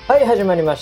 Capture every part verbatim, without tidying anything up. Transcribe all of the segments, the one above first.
はい、始まりました。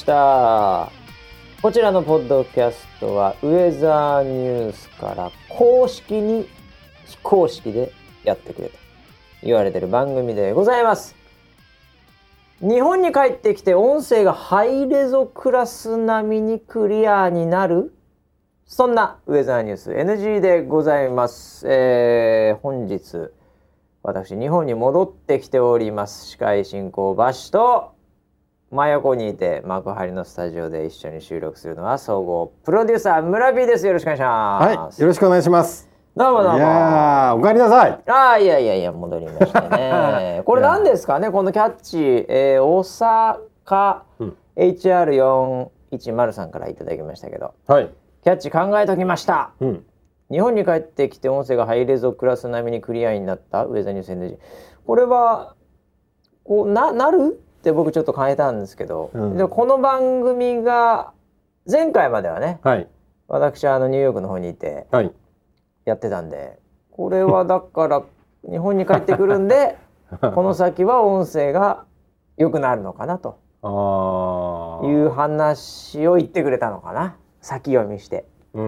こちらのポッドキャストはウェザーニュースから公式に非公式でやってくれと言われている番組でございます。日本に帰ってきて音声がハイレゾクラス並みにクリアになる、そんなウェザーニュース エヌジー でございます。えー、本日私日本に戻ってきております。司会進行バシと真横にいて幕張のスタジオで一緒に収録するのは総合プロデューサー村 P です。よろしくお願いします。 はい、よろしくお願いします。 どうもどうも。 いやー、お帰りなさい。 ああ、いやいやいや、戻りましたね。これ何ですかね、このキャッチ、えー、大阪、うん、エイチアールよんいちまる さんからいただきましたけど、はい、キャッチ考えときました、うん、日本に帰ってきて音声がハイレゾクラス並みにクリアになったウェザーニュース エヌジー。 これはこう な, なるって僕ちょっと変えたんですけど、うん、でこの番組が前回まではね、はい、私はあのニューヨークの方にいてやってたんで、はい、これはだから日本に帰ってくるんでこの先は音声が良くなるのかなという話を言ってくれたのかな、先読みして。 うん、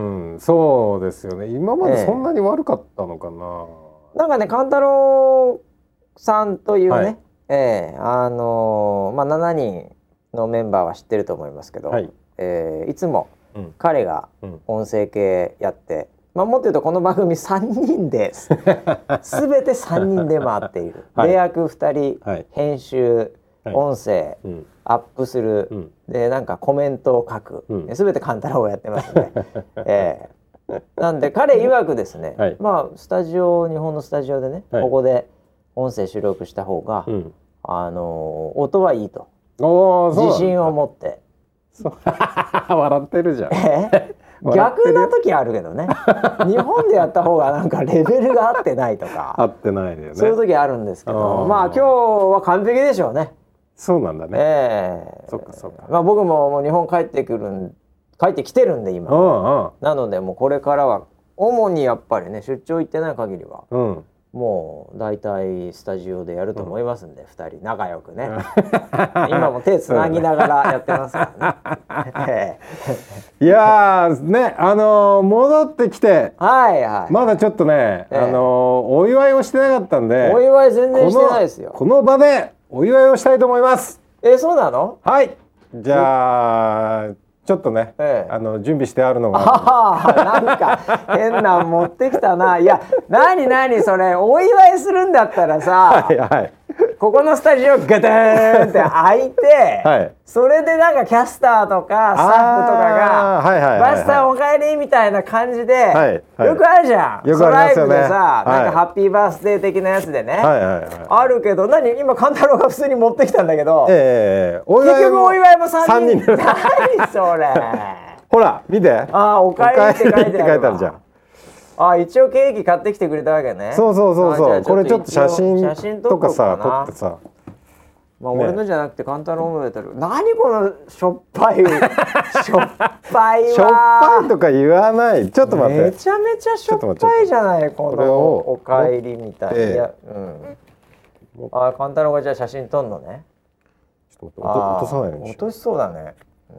そうですよね。今までそんなに悪かったのかな、 えー、なんかね、勘太郎さんというね、はい、えー、あのー、まあしちにんのメンバーは知ってると思いますけど、はい、えー、いつも彼が音声系やって、うん、まあ、もっと言うとこの番組さんにんで全てさんにんで回っている、はい、出役ふたり、はい、編集、はい、音声、うん、アップする、うん、でなんかコメントを書く、うん、全て勘太郎がやってますね。えー、なんで彼曰くですね、はい、まあスタジオ、日本のスタジオでね、はい、ここで音声収録した方が、うん、あのー、音はいいと自信を持って。 笑ってるじゃん。 えー、逆な時あるけどね。日本でやった方がなんかレベルが合ってないとか合ってないよね、 そういう時あるんですけど、まあ今日は完璧でしょうね。 そうなんだね。 えー、 そっかそっか。 まあ僕ももう日本帰ってくる帰ってきてるんで今、うんうん、なのでもうこれからは主にやっぱりね、出張行ってない限りは、うん、もう大体スタジオでやると思いますんで、うん、ふたり仲良くね今も手つなぎながらやってますからねいやーね、あのー、戻ってきて、 はいはい、 まだちょっとね、えー、あのー、お祝いをしてなかったんで、 お祝い全然してないですよ。 この、この場でお祝いをしたいと思います。 えー、そうなの？ はい、じゃあちょっとね、ええ、あの準備してあるのがあなんか変な持ってきたな。いや、なになにそれ、お祝いするんだったらさ、はい、はい、ここのスタジオガターンって開いて、はい、それでなんかキャスターとかスタッフとかが、はいはいはいはい、バスターお帰りみたいな感じで、はいはい、よくあるじゃん。よくありますよね。ソライブでさ、はい、なんかハッピーバースデー的なやつでね、はいはいはい、あるけど、何今勘太郎が普通に持ってきたんだけど、えー、結局お祝いもさんにんで何それほら見て、 あ、お帰りって書いてある、 書いてあるじゃん。 あ、一応ケーキ買ってきてくれたわけね。 そうそうそうそう。これちょっと写真とかさ撮ってさ、 まあ、ね、俺のじゃなくて簡単に思えたら、何このしょっぱいしょっぱいわしょっぱいとか言わない。ちょっと待って、 めちゃめちゃしょっぱいじゃない、このおかえりみたいな、いや、うん、あ、簡単がじゃあ写真撮んのね。 ちょっと落とさないように。 落としそうだね、うん、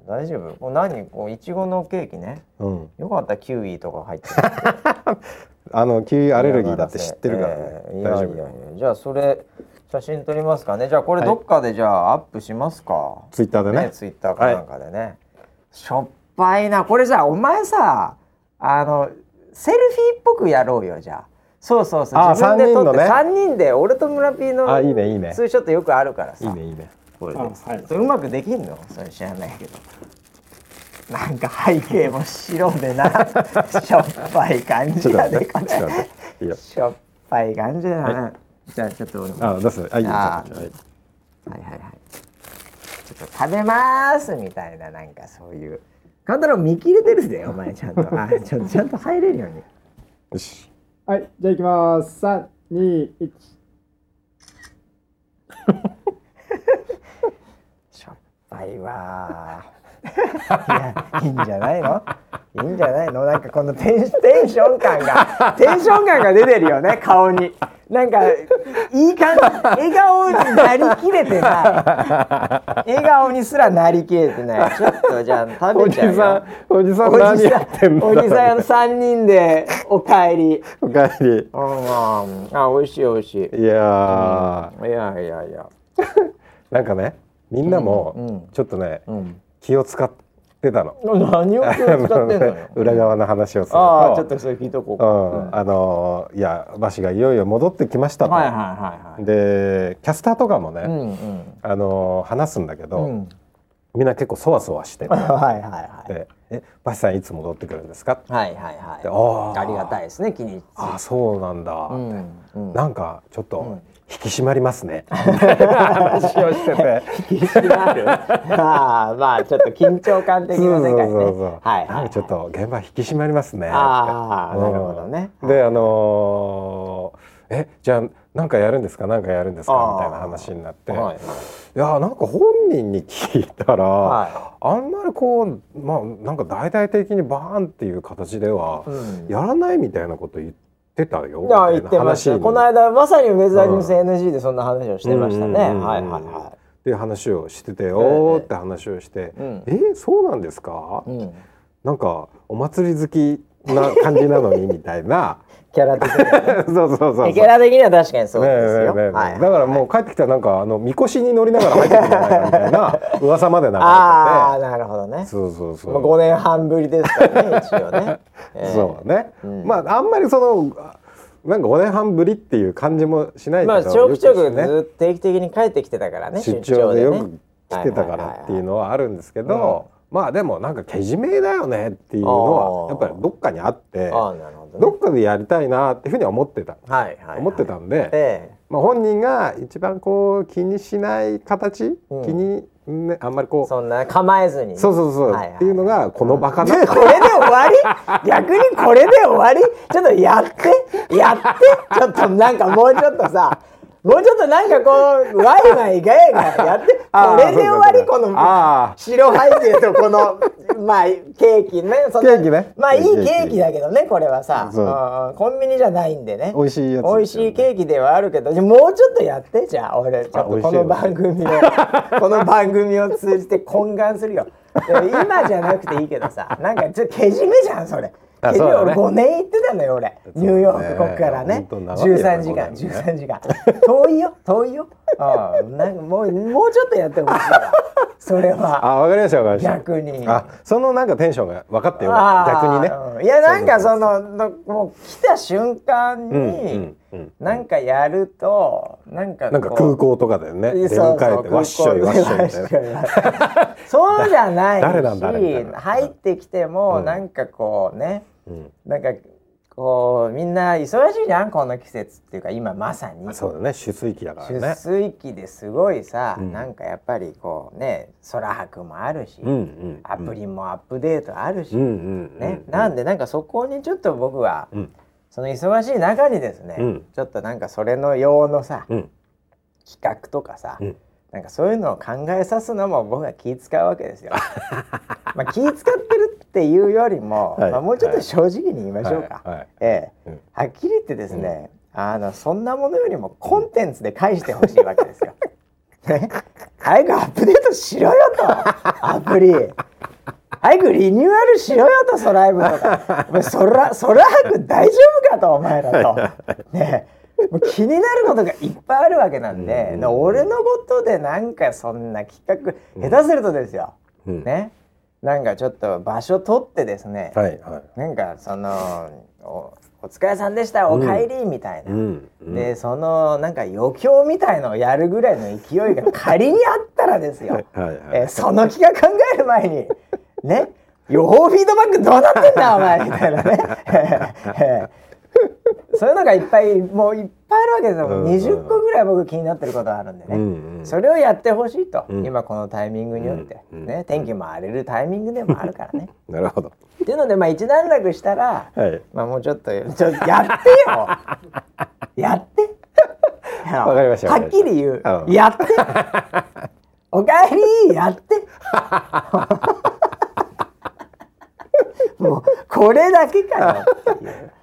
大丈夫？これ何、こういちごのケーキね、うん、よかったキウイとか入ってるあのキウイアレルギーだって知ってるからね、えー、いやいやいや、 じゃあそれ写真撮りますかね。じゃあこれどっかでじゃあアップしますか、はい、 ツイッターでね、 ツイッターかなんかでね、はい、しょっぱいなこれ。さ、お前さ、あのセルフィーっぽくやろうよ。じゃあそうそうそう、自分で撮ってさんにんで、俺と村 P のツーショットよくあるからさ、いいねいいね、これで、はい、うまくできんの？それ知らないけど、なんか背景も白でなしょっぱい感じだね、これしょっぱい感じだな、はい、じゃあちょっと俺も、 あ、出す、はい、はいはいはい、 ちょっと食べますみたいな、なんかそういう簡単なの見切れてるぜお前、ちゃんとあちょちゃんと入れるように。 よし、 はい、じゃあいきます。さん、に、いちしょっぱいわいや、いいんじゃないの、いいんじゃないの、なんかこのテン、テンション感がテンション感が出てるよね、顔に。なんかいい感じ笑顔になりきれてない笑顔にすらなりきれてないちょっとじゃあ食べちゃうよおじさんおじさん何やってんだおじさんさんにんでおかえりおかえり、うん、 あ美味しい美味しいいや、 うん、いやいやいやなんかねみんなもちょっとね、うんうん、気を使って出たの。 何を気を使ってんのよ。 裏側の話をすると、 ああちょっとそれ聞いとこうか。 うん、あのいやバシがいよいよ戻ってきましたと。 はいはいはいはい。 でキャスターとかもね、うんうん、あの話すんだけど、うん、みんな結構そわそわしてて、はいはいはい。でえバシさんいつ戻ってくるんですか。 はいはいはい。あありがたいですね気に入って。 あそうなんだ、うんうん、なんかちょっと。うん引き締まりますね。 話をしてて引き締まる。ああまあちょっと緊張感的な世界ね。そうそうそうそう。はいはい、はい。ちょっと現場引き締まりますね。 ああ、うん、なるほどね。 であのー、えじゃあなんかやるんですかなんかやるんですかみたいな話になって、はいはい、いやなんか本人に聞いたら、はい、あんまりこうまあなんか大々的にバーンっていう形ではやらないみたいなこと言って。出たよ。 いや言ってました。この間まさにウェザーニュース エヌジー でそんな話をしてましたね。はいはいはい。 っていう話をしてて、おーって話をして、えー、そうなんですか？なんかお祭り好きな感じなのにみたいな。 キャラ的には、ね、 そうそうそうそう。 キャラ的には確かにそうですよ。 だからもう帰ってきたらなんかあのみこしに乗りながら入ってくるんじゃないかみたいな噂まで流れてて。 ああなるほどね。 そうそうそう。 まあごねんはんぶりですからね一応ね。 えー、そうね。うん、まああんまりその。なんかごねんはんぶりっていう感じもしないけど、まあちょくちょくずっと定期的に帰ってきてたからね出張でよく来てたからっていうのはあるんですけど、まあでもなんかけじめだよねっていうのはやっぱりどっかにあって、あなるほど、ね、どっかでやりたいなっていうふうには思ってた、はいはいはい、思ってたんで、ええまあ、本人が一番こう気にしない形、うん、気にね、あんまりこうそんな構えずに、ね、 そうそうそう、はいはい、っていうのがこのバカだ、 うん、これで終わり逆にこれで終わりちょっとやってやってちょっとなんかもうちょっとさもうちょっとなんかこうワイワイガヤガヤやってこれで終わりこの白背景とこのまあケーキねそケーキねまあいいケーキだけどねこれはさ、うん、コンビニじゃないんでね美味しいやつ、ね、 美味しいケーキではあるけどもうちょっとやってじゃあ俺ちょっとこの番組をこの番組を通じて懇願するよ今じゃなくていいけどさなんかちょっとけじめじゃんそれけじめ俺ごねん行ってたのよ俺ニューヨークここからねじゅうさんじかんじゅうさんじかん遠いよ遠いよあなんかもうもうちょっとやってほしいわそれはあ分かりました分かりました逆にあそのなんかテンションが分かってよ逆にね、 うん、いやなんかそのもう来た瞬間に、うんうんうん、なんかやるとなんかなんか空港とかでね出迎えてわっしょいわっしょいみたいなそうじゃないし誰なんだ入ってきても、うん、なんかこうね、うん、なんかこうみんな忙しいじゃんこの季節っていうか今まさにそうだね出水期だからね出水期ですごいさ、うん、なんかやっぱりこうね空白もあるし、うんうんうん、アプリもアップデートあるし、うんうんうんうん、ねなんでなんかそこにちょっと僕は、うん、その忙しい中にですね、うん、ちょっとなんかそれの用のさ、うん、企画とかさ、うんなんかそういうのを考えさすのも僕は気使うわけですよ。まあ気使ってるっていうよりも、はいまあ、もうちょっと正直に言いましょうか。はいはいええうん、はっきり言ってですね、うん、あのそんなものよりもコンテンツで返してほしいわけですよ。ね、早くアップデートしろよとアプリ。早くリニューアルしろよとソライブとか。お前ソラソラハク大丈夫かとお前らと。ね。もう気になることがいっぱいあるわけなんで、うん、俺のことでなんかそんな企画、うん、下手するとですよ、うん、ねなんかちょっと場所取ってですね、はいはい、なんかその お, お疲れさんでしたお帰りみたいな、うんうん、でそのなんか余興みたいのをやるぐらいの勢いが仮にあったらですよ、はいはいえー、その企画考える前にね予報フィードバックどうなってんだお前みたいなねそういうのがいっぱいもういっぱいあるわけですよ、うんうん、にじゅっこぐらい僕気になってることがあるんでね、うんうん、それをやってほしいと、うん、今このタイミングによって、うんうんね、天気も荒れるタイミングでもあるからねなるほどっていうのでまあ一段落したら、はい、まあもうちょっとちょっとやってよやってわかりましたはっきり言うやっておかえりやってもうこれだけかよっていう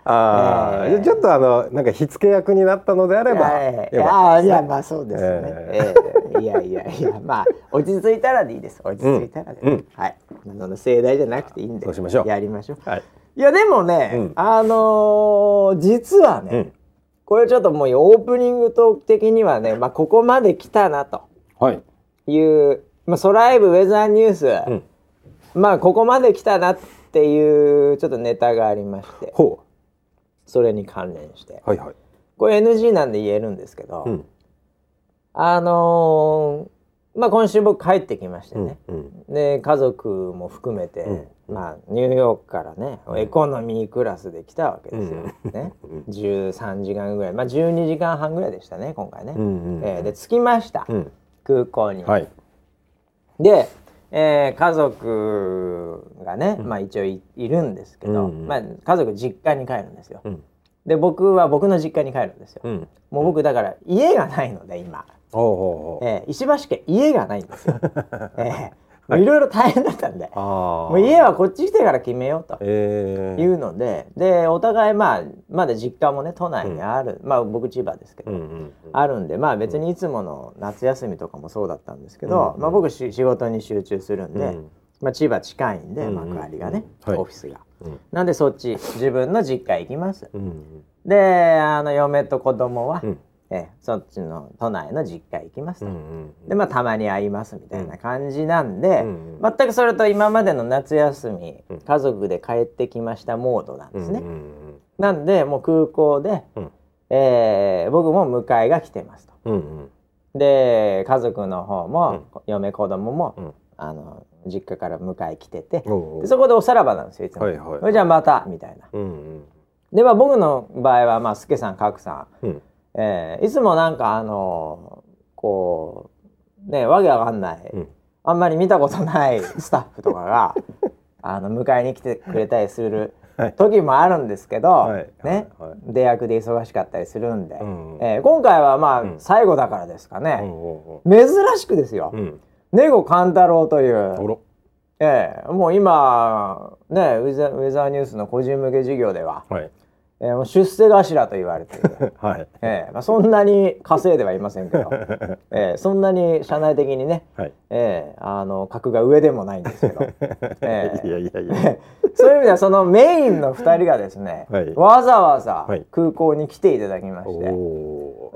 あ、えー、ちょっとあのなんか火付け役になったのであれば、 えー、いやいやまあそうですね、えーえー、いやいやいやまあ落ち着いたらでいいです。落ち着いたらで、うん、はい、その盛大じゃなくていいんで、 そうしましょう。 やりましょう。 はい、 いやでもね、うん、あのー、実はね、うん、これちょっともうオープニングトーク的にはね、まあここまで来たなという、はい、まあソライブウェザーニュース、うん、まあここまで来たなっていうちょっとネタがありまして、ほう、それに関連して、はいはい、これ エヌジー なんで言えるんですけど、うん、あのー、まあ今週僕帰ってきましてね、うんうん、で家族も含めて、うん、まあニューヨークからね、うん、エコノミークラスで来たわけですよ、うん、ね、じゅうさんじかんぐらい、まあじゅうにじかんはんぐらいでしたね今回ね、うんうん、えー、で着きました、うん、空港に、はい、でえー、家族がね、うん、まあ一応 い, いるんですけど、うんうん、まあ、家族実家に帰るんですよ、うん、で僕は僕の実家に帰るんですよ、うん、もう僕だから家がないので今、おうおうおう、えー、石橋家家がないんですよ、えー、いろいろ大変だったんで、もう家はこっち来てから決めようというので、えー、でお互いまあまだ実家もね都内にある、うん、まあ僕千葉ですけど、うんうんうん、あるんで、まあ別にいつもの夏休みとかもそうだったんですけど、うんうん、まあ僕仕事に集中するんで、うん、まあ、千葉近いんで、幕張がね、うんうん、オフィスが、はい、なんでそっち自分の実家行きます、うんうん、であの嫁と子供は、うん、えそっちの都内の実家行きますと、うんうんうん、でまあたまに会いますみたいな感じなんで、うんうん、全くそれと今までの夏休み、うん、家族で帰ってきましたモードなんですね、うんうんうん、なんでもう空港で、うん、えー、僕も迎えが来てますと、うんうん、で家族の方も、うん、嫁子供も、うん、あの実家から迎え来てて、でそこでおさらばなんですよいつも、はいはいはい、じゃあまたみたいな、うんうん、でまあ僕の場合はまあ助さん格さん、うん、えー、いつもなんかあのー、こうねわけわかんない、うん、あんまり見たことないスタッフとかがあの迎えに来てくれたりする時もあるんですけど、はい、ね、はいはい、出役で忙しかったりするんで、うんうん、えー、今回はまあ、うん、最後だからですかね、うん、珍しくですよ、うん、根子勘太郎という、えー、もう今ねウェザー、ウェザーニュースの個人向け事業では、はい、えー、出世頭と言われている、はい、えーまあ、そんなに稼いではいませんけど、えー、そんなに社内的にね、はい、えー、あの格が上でもないんですけど、えー、いやいやいやそういう意味ではそのメインのふたりがですね、はい、わざわざ空港に来ていただきまして、はい、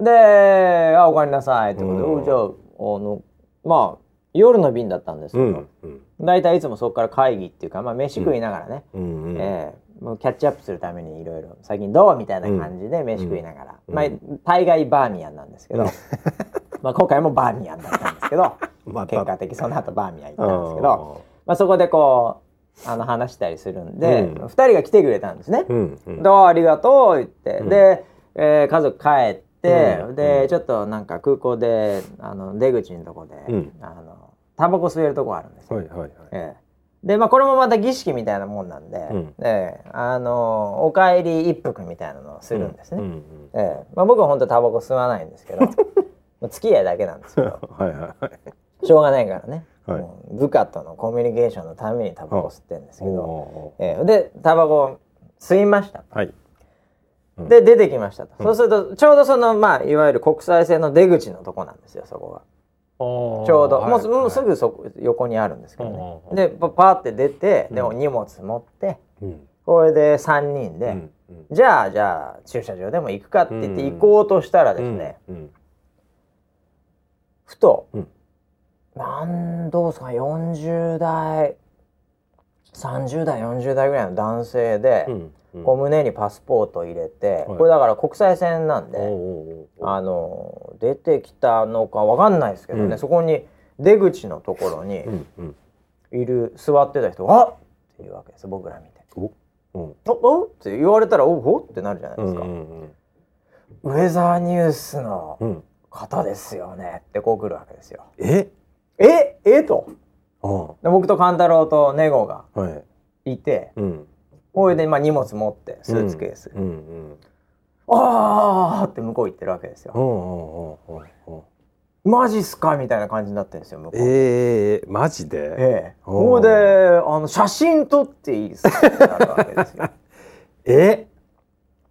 で「あおかえりなさい」ってことで、じゃああのまあ夜の便だったんですけど、うんうん、だいたいいつもそこから会議っていうか、まあ、飯食いながらね、うんうんうん、えー、もうキャッチアップするためにいろいろ最近どうみたいな感じで飯食いながら、うん、まあ、大概バーミヤンなんですけど、うん、まあ今回もバーミヤンだったんですけど結果的その後バーミヤン行ったんですけど、まあ、そこでこうあの話したりするんで、うん、ふたりが来てくれたんですね、うんうん、どうありがとう言って、うん、で、えー、家族帰ってで、うん、でちょっとなんか空港であの出口のとこで、うん、あのタバコ吸えるとこあるんですよ、はいはいはい、えー、でまあこれもまた儀式みたいなもんなんで、うん、えー、あのお帰り一服みたいなのをするんですね、うんうんうん、えーまあ、僕は本当タバコ吸わないんですけど付き合いだけなんですけどはいはい、はい、しょうがないからね、はい、もう部下とのコミュニケーションのためにタバコ吸ってるんですけど、えー、でタバコ吸いました、はい、で出てきましたと、うん、そうするとちょうどそのまあいわゆる国際線の出口のとこなんですよそこがちょうど、はい、もう、はい、もうすぐそこ横にあるんですけどね、うん、でパーって出て、うん、で荷物持って、うん、これでさんにんで、うんうん、じゃあじゃあ駐車場でも行くかって言って行こうとしたらですね、うんうん、ふと、うん、なんどうですかよんじゅう代さんじゅう代よんじゅう代ぐらいの男性で、うんうん、こう胸にパスポート入れて、はい、これだから国際線なんで、あの出てきたのかわかんないですけどね、うん、そこに出口のところにいる、うん、座ってた人が「あっ!」っていうわけです僕ら見て「お、うん、おおって言われたら「おおってなるじゃないですか、うんうんうん、ウェザーニュースの方ですよねってこう来るわけですよ。えええと、で僕と勘太郎とネゴがいて、はい、うん、これでまあ荷物持ってスーツケース、うんうんうん、あーって向こう行ってるわけですよ、うんうんうんうん、マジっすかみたいな感じになってるんですよ向こう。 えー、マジで、ええ、ここであの写真撮っていいですかってなるわけですよえ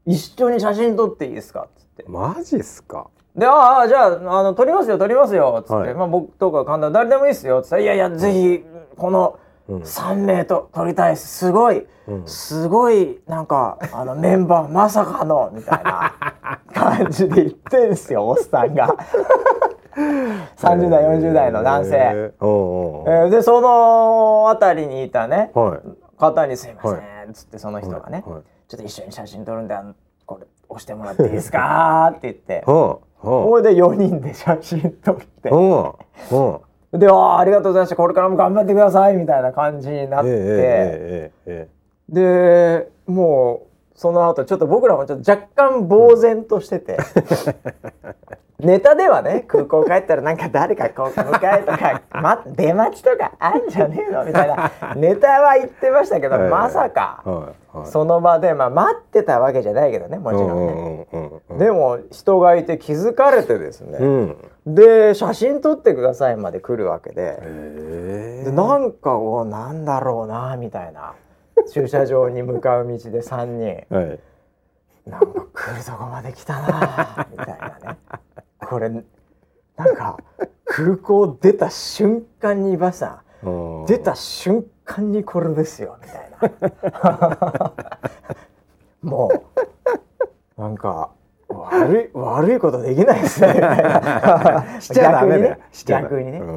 一緒に写真撮っていいですかっつって。 マジっすか。 で、ああじゃあ、あの撮りますよ撮りますよっつって、はい、まあ僕とか神田誰でもいいっすよっつって、いやいやぜひこのさん名と撮りたいです、すごい、うん、すごいなんかあのメンバーまさかのみたいな感じで言ってんすよおっさんがさんじゅう代よんじゅう代の男性、えーおうおうえー、でその辺りにいたね、はい、方にすいません、はい、つってその人がね、はいはい、ちょっと一緒に写真撮るんでこれ押してもらっていいですかって言ってこれでよにんで写真撮ってで、あ, ありがとうございましたこれからも頑張ってくださいみたいな感じになって、えーえーえー、でもうその後ちょっと僕らもちょっと若干呆然としててネタではね空港帰ったらなんか誰かこう迎えとか、ま、出待ちとかあんじゃねえのみたいなネタは言ってましたけど、はい、まさか、はいはい、その場で、まあ、待ってたわけじゃないけどねもちろんね、うんうんうん、でも人がいて気づかれてですね、うん、で写真撮ってくださいまで来るわけで、でなんかおなんだろうなみたいな駐車場に向かう道でさんにん、はい、なんか来るとこまで来たなみたいなねこれなんか空港出た瞬間にバさん出た瞬間にこれですよみたいなもうなんか悪い悪いことできないですねみたいなしちゃダメだよ逆にね、うん、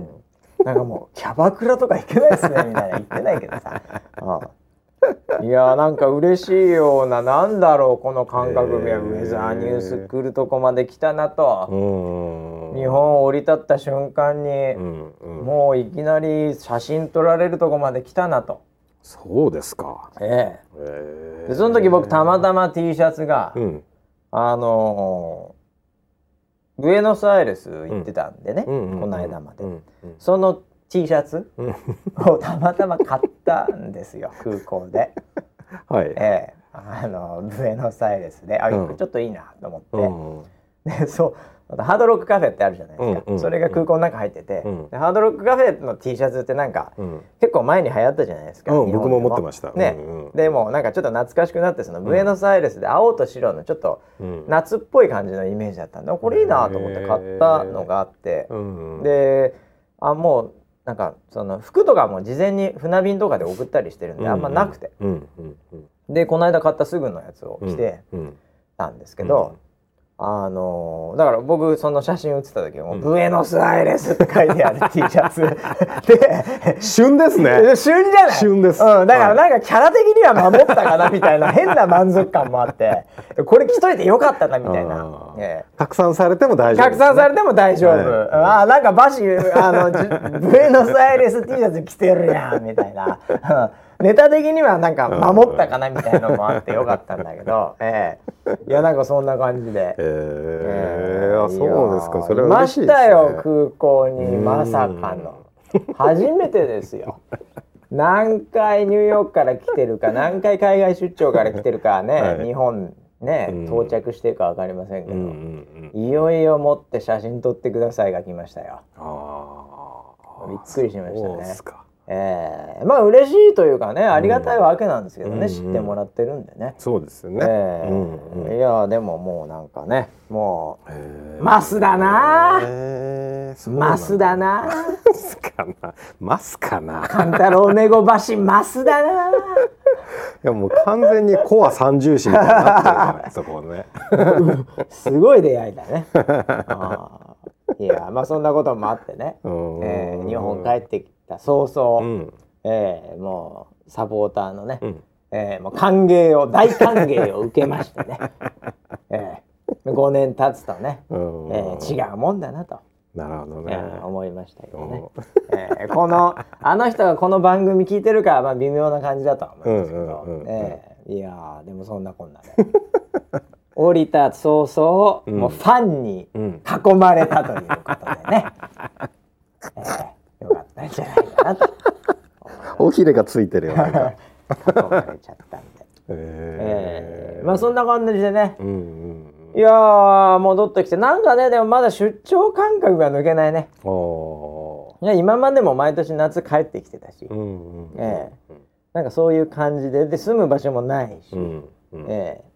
なんかもうキャバクラとか行けないですねみたいな言ってないけどさああいやなんか嬉しいようななんだろうこの感覚が、えー、ウェザーニュース来るとこまで来たなと、うん、日本降り立った瞬間に、うんうん、もういきなり写真撮られるとこまで来たなと。 そうですか。 えええー、でその時僕たまたま T シャツが、うん、あのー、ブエノスアイレス行ってたんでね、うん、この間まで、うんうん、そのT シャツをたまたま買ったんですよ空港で、はい、えー、あのブエノスアイレスであ、うん、ちょっといいなと思って、うん、でそうハードロックカフェってあるじゃないですか、うんうん、それが空港の中入ってて、うん、でハードロックカフェの T シャツってなんか、うん、結構前に流行ったじゃないですか、 うん、僕も持ってましたね、うんうん、でもなんかちょっと懐かしくなってそのブエノスアイレスで青と白のちょっと夏っぽい感じのイメージだったんで、これいいなと思って買ったのがあって、うんうん、であもうなんかその服とかも事前に船便とかで送ったりしてるんであんまなくて、うんうんうんうん、でこの間買ったすぐのやつを着てたんですけど、うんうん、あのー、だから僕その写真写った時も、うん、ブエノスアイレスって書いてある T シャツで旬ですね。 旬じゃない旬です、 うん、だからなんかキャラ的には守ったかなみたいな変な満足感もあってこれ着といてよかったなみたいな、 えー、拡散されても大丈夫です、ね、 拡散されても大丈夫、はい、あなんかバシあのブエノスアイレス T シャツ着てるやんみたいなネタ的にはなんか守ったかなみたいなのもあってよかったんだけど、えー、いやなんかそんな感じで、えーえー、あそうですか。それは嬉しいですね。 いましたよ空港にまさかの初めてですよ。何回ニューヨークから来てるか何回海外出張から来てるかね、はい、日本ね、うん、到着してるか分かりませんけど、うんうんうん、いよいよ持って写真撮ってくださいが来ましたよ。あびっくりしましたね。そうですか。えー、まあ嬉しいというかねありがたいわけなんですけどね、うん、知ってもらってるんでね。 そうですよね、 えーうんうん、いやでももうなんかねもうマスだな、えー、マスだなマスかなマスかなカンタロウネゴバシマスだな。いやもう完全にコア三重視みたいになってるそこねすごい出会いだねあいやまあそんなこともあってね、えー、日本帰ってきた早々、うんえー、もうサポーターのね、うんえー、もう歓迎を大歓迎を受けましてね、えー、ごねん経つとね、えー、違うもんだなとなるほどね、 えー、思いましたけどね、えー、このあの人がこの番組聞いてるかはまあ微妙な感じだとは思いますけど、うんうんうんえー、いやでもそんなこんなで降りた早々、うん、もうファンに囲まれたということでね、うんえー、よかったんじゃないかなとおひれがついてるよなんか囲まれちゃったんで、えーえー、まあそんな感じでね、うんうんいやー戻ってきてなんかねでもまだ出張感覚が抜けないね。おいや今までも毎年夏帰ってきてたし、うんうんえー、なんかそういう感じでで住む場所もないし、うんうんえ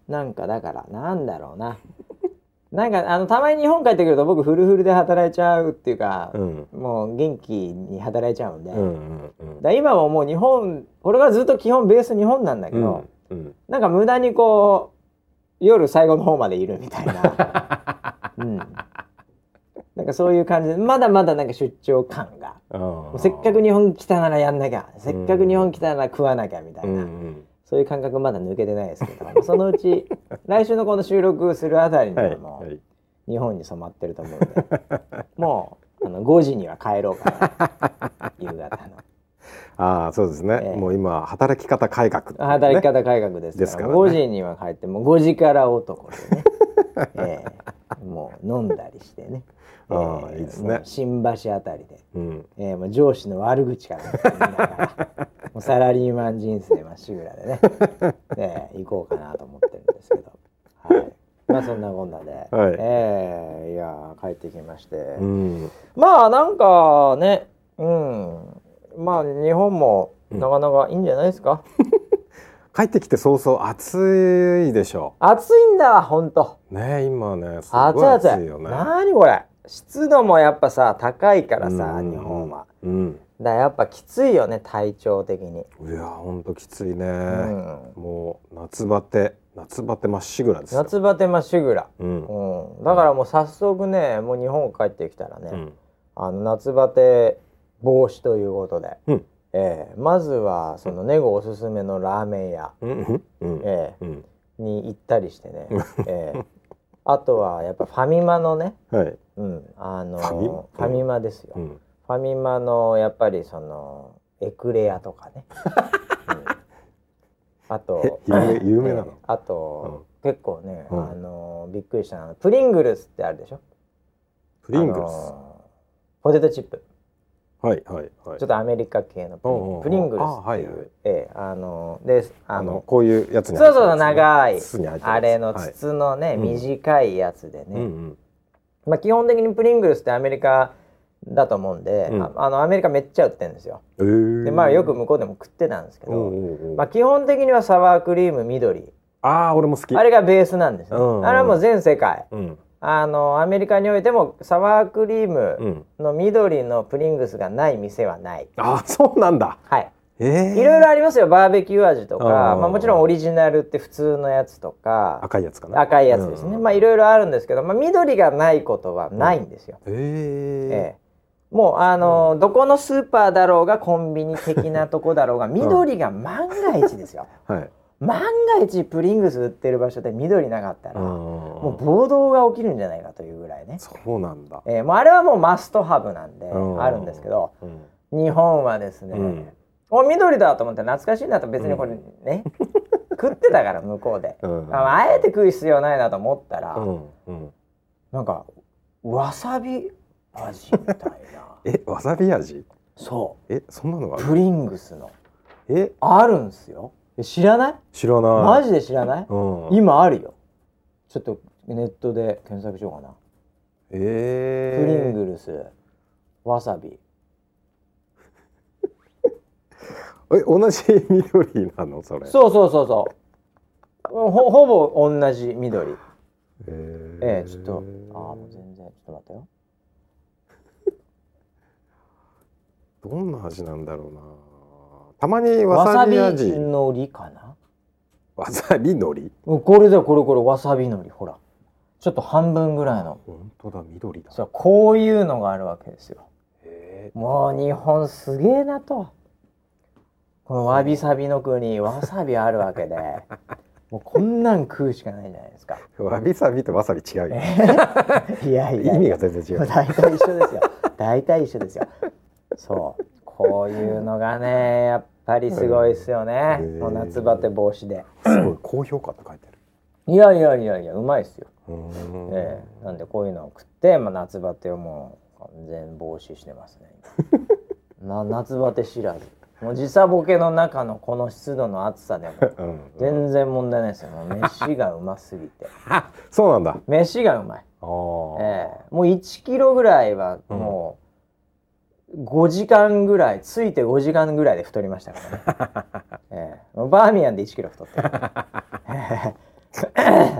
なんかだからなんだろうななんかあのたまに日本帰ってくると僕フルフルで働いちゃうっていうか、うん、もう元気に働いちゃうんで、うんうんうん、だ今ももう日本これがずっと基本ベース日本なんだけど、うんうん、なんか無駄にこう夜最後の方までいるみたいな、うん、なんかそういう感じでまだまだなんか出張感がせっかく日本来たならやんなきゃせっかく日本来たなら食わなきゃみたいな、うんうん、そういう感覚まだ抜けてないですけどそのうち来週のこの収録するあたりにはもう日本に染まってると思うんで、はい、もうあのごじには帰ろうかな夕方のああそうですね、えー、もう今働き方改革、ね、 働き方改革ですから、ですからね、ごじには帰ってもうごじから男でね、えー、もう飲んだりしてねあえー、いいですね、新橋あたりで、うんえー、もう上司の悪口から言いながらもうサラリーマン人生まっしぐらでねね行こうかなと思ってるんですけど、はい、まあそんなこんなで、はいえー、いや帰ってきまして、うん、まあなんかね、うん、まあ日本もなかなかいいんじゃないですか、うん、 帰ってきて早々暑いでしょ。 暑いんだほんとね今ねすごい暑いよね。 何これ湿度もやっぱさ高いからさ、うん、日本は、うん、だからやっぱきついよね体調的に。 いやほんときついね、うん、もう夏バテ夏バテまっしぐらですよ。 夏バテまっしぐら、うんうん、だからもう早速ねもう日本帰ってきたらね、うん、あの夏バテ防止ということで、うんえー、まずはそのネゴおすすめのラーメン屋、うんえーうん、に行ったりしてね、えーあとはやっぱファミマのね、はいうん、あのファミ、ファミマですよ、うん、ファミマのやっぱりそのエクレアとかね、うん、あと有名、有名なの、 あと、うん、結構ね、うん、あのびっくりしたのプリングルスってあるでしょ。 プリングルス、あのポテトチップ、 はいはいはい、 ちょっとアメリカ系のプリン、プリングルスっていう、ええ、あのであのこういうやつに入ってる、ね、そうそう長いあれの筒のね、はい、短いやつでね、うんうんまあ、基本的にプリングルスってアメリカだと思うんで、うん、あ, あのアメリカめっちゃ売ってるんですよ、えーでまあ、よく向こうでも食ってたんですけど、おうおうまあ、基本的にはサワークリーム緑、 あー俺も好き、 あれがベースなんですね、うんうん、あれはもう全世界、うんあのアメリカにおいてもサワークリームの緑のプリングスがない店はない、 うん、あそうなんだ、 はい、えー、いろいろありますよバーベキュー味とか、まあ、もちろんオリジナルって普通のやつとか赤いやつかな赤いやつですね、うん、まあいろいろあるんですけど、まあ、緑がないことはないんですよ、うん、えーえー、もうあの、うん、どこのスーパーだろうがコンビニ的なとこだろうが緑が万が一ですよ、はい万が一プリングス売ってる場所で緑なかったらもう暴動が起きるんじゃないかというぐらいね。 そうなんだ、 えー、もうあれはもうマストハブなんであるんですけど、うん、日本はですね、うん、お緑だと思って懐かしいなと別にこれね、うん、食ってたから向こうで、うん、あ, あえて食う必要ないなと思ったら、うんうん、なんかわさび味みたいなえわさび味そうえそんなのがあるプリングスのえあるんすよ。知らない？ 知らない。 マジで知らない？うん、今あるよ。ちょっとネットで検索しようかな。えー、プリングルスわさびえ同じ緑なのそれ？ そうそうそうそうほ, ほぼ同じ緑。えー、えー、ちょっとあもう全然ちょっと待ってよどんな味なんだろうな。たまにわさび味。 わさびのりかな。 わさびのり。 これだこれこれわさびのりほら。ちょっと半分ぐらいの。 本当だ緑だ。 そうこういうのがあるわけですよ。へーもう日本すげえなと。このわびさびの国わさびあるわけで、もうこんなん食うしかないじゃないですか。 わびさびとわさび違うよ。 いやいや意味が全然違う。 大体一緒ですよ。大体一緒ですよ。そう。こういうのがねやっぱりすごいですよね、もう夏バテ防止ですごい高評価って書いてある。 いやいやいやいやうまいですよ、えー、なんでこういうのを食って、まあ、夏バテをもう完全防止してますねな夏バテ知らずもう時差ボケの中のこの湿度の暑さでも全然問題ないですよ。もう飯がうますぎてそうなんだ飯がうまい、あ、えー、もういちキロぐらいはもう、うんごじかんぐらいついてごじかんぐらいで太りましたからね、えー、バーミヤンでいちキロ太ってる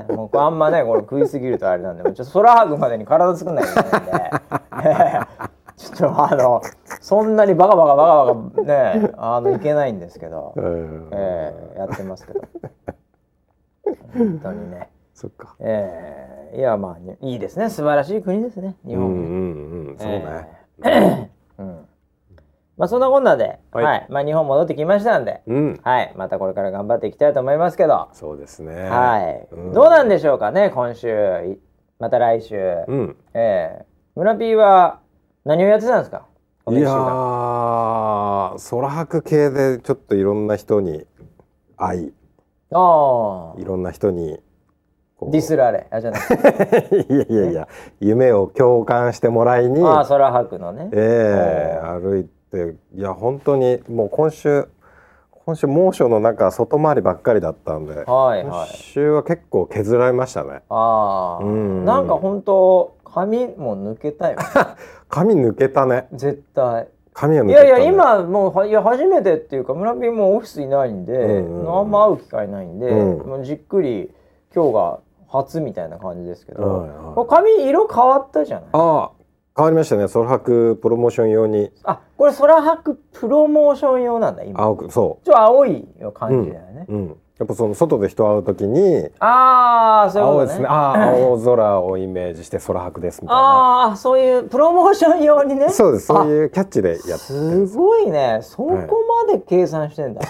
もうあんまねこれ食いすぎるとあれなんで、ちょっと空白までに体作んないといけないんでちょっとあのそんなにバカバカバカバカねあのいけないんですけど、えー、やってますけど本当にね。 そっか。 えー、いやまあいいですね、素晴らしい国ですね日本。うんうんうん、そうね。 えーうんまあそんなこんなで、はい、はい、まあ日本戻ってきましたんで、うん、はい、またこれから頑張っていきたいと思いますけど。 そうですね。 はい、うん、どうなんでしょうかね、今週また来週。うん、えー、村 P は何をやってたんですか？ いやー、空白系でちょっといろんな人に会い、あいろんな人にディスられあじゃなくていやいやいや夢を共感してもらいに、 あ空白のね、 えー、歩いて。いや本当にもう今週今週猛暑の中外回りばっかりだったんで、はいはい、今週は結構削られましたね。 ああ、うん、なんか本当髪も抜けたよ、ね、 髪抜けたね絶対。 髪は抜けた、ね、 いやいや今もういや初めてっていうか村 P もオフィスいないんで、うんうん、あんま会う機会ないんで、うん、もうじっくり今日が初みたいな感じですけど、はいはい、髪色変わったじゃない。 あ変わりましたね。空白プロモーション用に。 あ、これ空白プロモーション用なんだ今。 青く、そう。 ちょっと青い感じだよね。 うん。うん、やっぱその外で人会うときに、 ああ、そういうことね。青ですね。 ああ、青空をイメージして空白ですみたいな。 ああ、そういうプロモーション用にね。 そうです。そういうキャッチでやってる。 すごいね。そこまで計算してんだ。はい、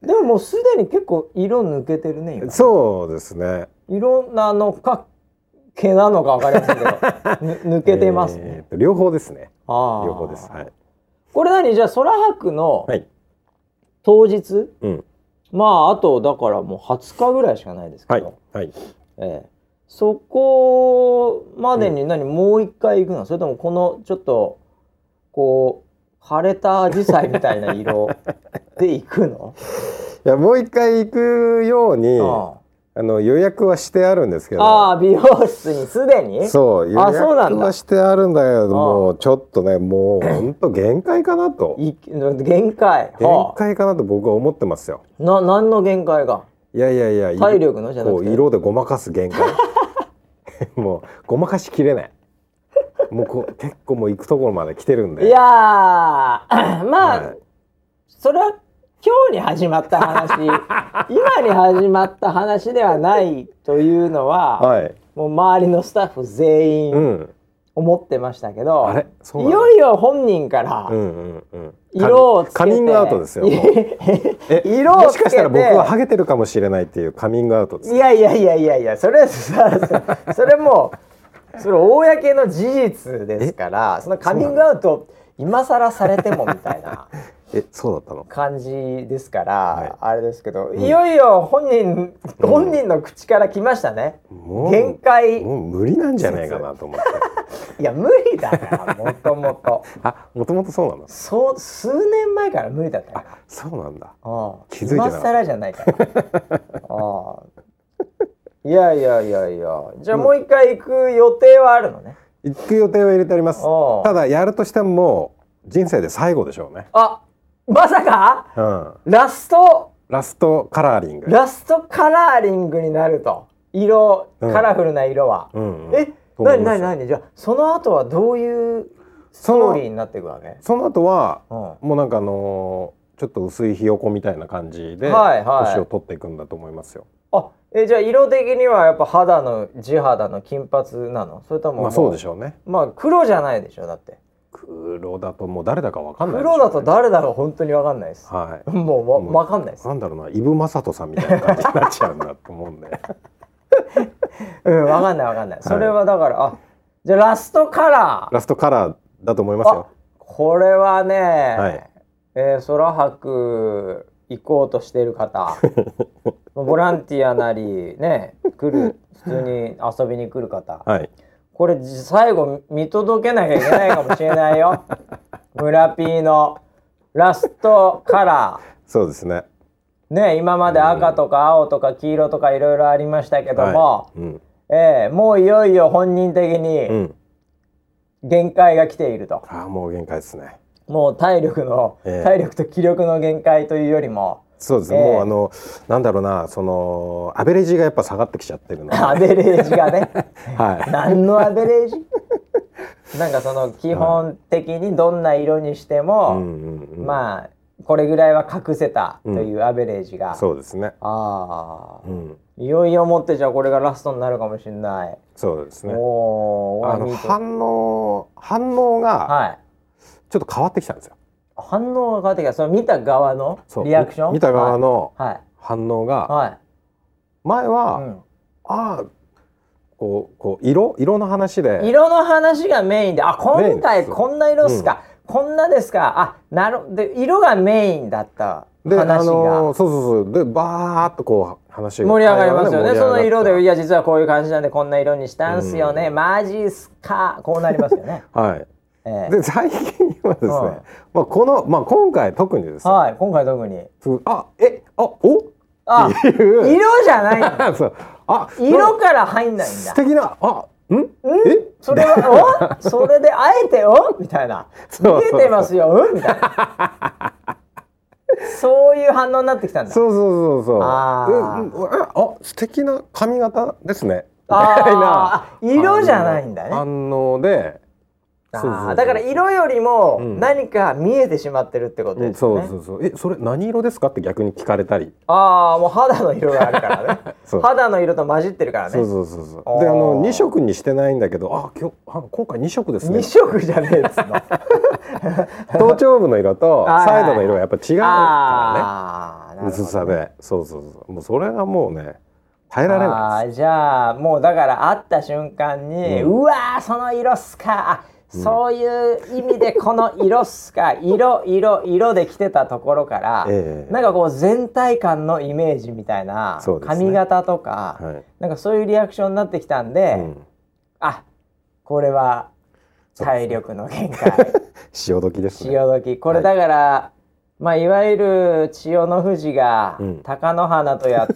でももうすでに結構色抜けてるね今。 そうですね。 いろんなあのか毛なのか分かりませんけど抜けてますね、 えー、両方ですね。あ両方です、はい、 これ何じゃあ空白の当日、はい、うん、まああとだからもうはつかぐらいしかないですけど、はいはい、えー、そこまでに何、うん、もう一回行くの？それともこのちょっとこう腫れた紫陽花みたいな色で行くの？ いやもう一回行くようにあああの予約はしてあるんですけど、 ああ美容室にすでにそう予約はしてあるんだけどもちょっとねもう本当限界かなと限界限界かなと僕は思ってますよ。 な何の限界が？ いやいやいや体力のじゃなくて色でごまかす限界もうごまかしきれないもうこ結構もう行くところまで来てるんで。 いやーまあ、はい、それは今日に始まった話今に始まった話ではないというのは、はい、もう周りのスタッフ全員思ってましたけど、うん、あれそういよいよ本人から色をつけてカミングアウトですよえ色をつけてもしかしたら僕はハゲてるかもしれないっていうカミングアウトです。 いやいやいやいやいやそれそ, それもそれ公の事実ですからそのカミングアウト今更されてもみたいなえそうだったの感じですから、はい、あれですけど、うん、いよいよ本人、うん、本人の口から来ましたね。もう限界もう無理なんじゃないかなと思っていや無理だからもともとあもともとそうなの？ そう数年前から無理だったから。 あそうなんだ。 あ気づいてなかった。今更じゃないからあいやいやいやいやじゃあもう一回行く予定はあるのね？ 行く予定は入れてあります。ただやるとしても人生で最後でしょうね。 あまさか、うん、ラストラストカラーリングラストカラーリングになると色、うん、カラフルな色は、うんうん、えなになになにじゃあその後はどういうストーリーになっていくわけ？ その後は、うん、もうなんかあのー、ちょっと薄いひよこみたいな感じで、はいはい、年を取っていくんだと思いますよ。 あえじゃあ色的にはやっぱ肌の地肌の金髪なの？それともまあそうでしょうね。 まあ黒じゃないでしょだって。 黒だともう誰だかわかんない、 ね、黒だと誰だか本当にわかんないです。はい。もうわ、もうわかんないです。 なんだろうな、イブマサトさんみたいな感じになっちゃうんだと思うんで。 うん、わかんないわかんない。はい、それはだからあ、じゃあラストカラー。 ラストカラーだと思いますよ。 これはね、はい、えー、空白行こうとしている方、ボランティアなりね来る普通に遊びに来る方。はい。これ最後見届けなきゃいけないかもしれないよ村 P のラストカラーそうですねね今まで赤とか青とか黄色とかいろいろありましたけども、はいうん、えー、もういよいよ本人的に限界が来ていると、 うん、あもう限界ですね。 もう体力の、えー、体力と気力の限界というよりもそうです、えー、もうあのなんだろうな、そのアベレージがやっぱ下がってきちゃってるのでアベレージがねはい、何のアベレージなんかその基本的にどんな色にしても、はい、うんうん、まあこれぐらいは隠せたというアベレージが、 うん、そうですね。 ああ、うん、いよいよもってじゃあこれがラストになるかもしれない。 そうですね。おあの反応反応がちょっと変わってきたんですよ。 反応が変わってきた。その見た側のリアクション、 見た側の反応が、はいはい、前は、うん、ああこうこう色色の話で色の話がメインで、あ今回こんな色っすか、うん、こんなですか、あなるで色がメインだった話が、あのー、 そうそうそうでバーっとこう話が盛り上がりますよね。その色でいや実はこういう感じなんでこんな色にしたんすよね、うん、マジっすか、こうなりますよねはい、えー、で最近はですね、うん、まあ、この、まあ、今回特にですね、 はい、今回特にあえあおあ色じゃないんだそうあ色から入んないんだ。 素敵なあんんえそれはおそれであえておみたいな見えてますようんみたいなそういう反応になってきたんだ。 そうそうそうそう。ああ素敵な髪型ですねみたいな色じゃないんだね。 反応でそうそうそう、だから色よりも何か見えてしまってるってことですね、うん、 そうそうそう。えそれ何色ですかって逆に聞かれたり、 ああもう肌の色があるからね肌の色と混じってるからね。 そうそうそうそう。であのに色にしてないんだけど、あ今日あ今回に色ですね。 に色じゃねえっつの頭頂部の色とサイドの色がやっぱ違うからね、薄さで。そうそうそう。もうそれがもうね耐えられないです。 あじゃあもうだから会った瞬間に、うん、うわーその色っすか、そういう意味でこの色っすか色色色で来てたところから、えー、なんかこう全体感のイメージみたいな、ね、髪型とか、はい、なんかそういうリアクションになってきたんで、うん、あこれは体力の限界潮時ですね。 潮時これだから、はい、まあいわゆる千代の富士が貴乃花とやって、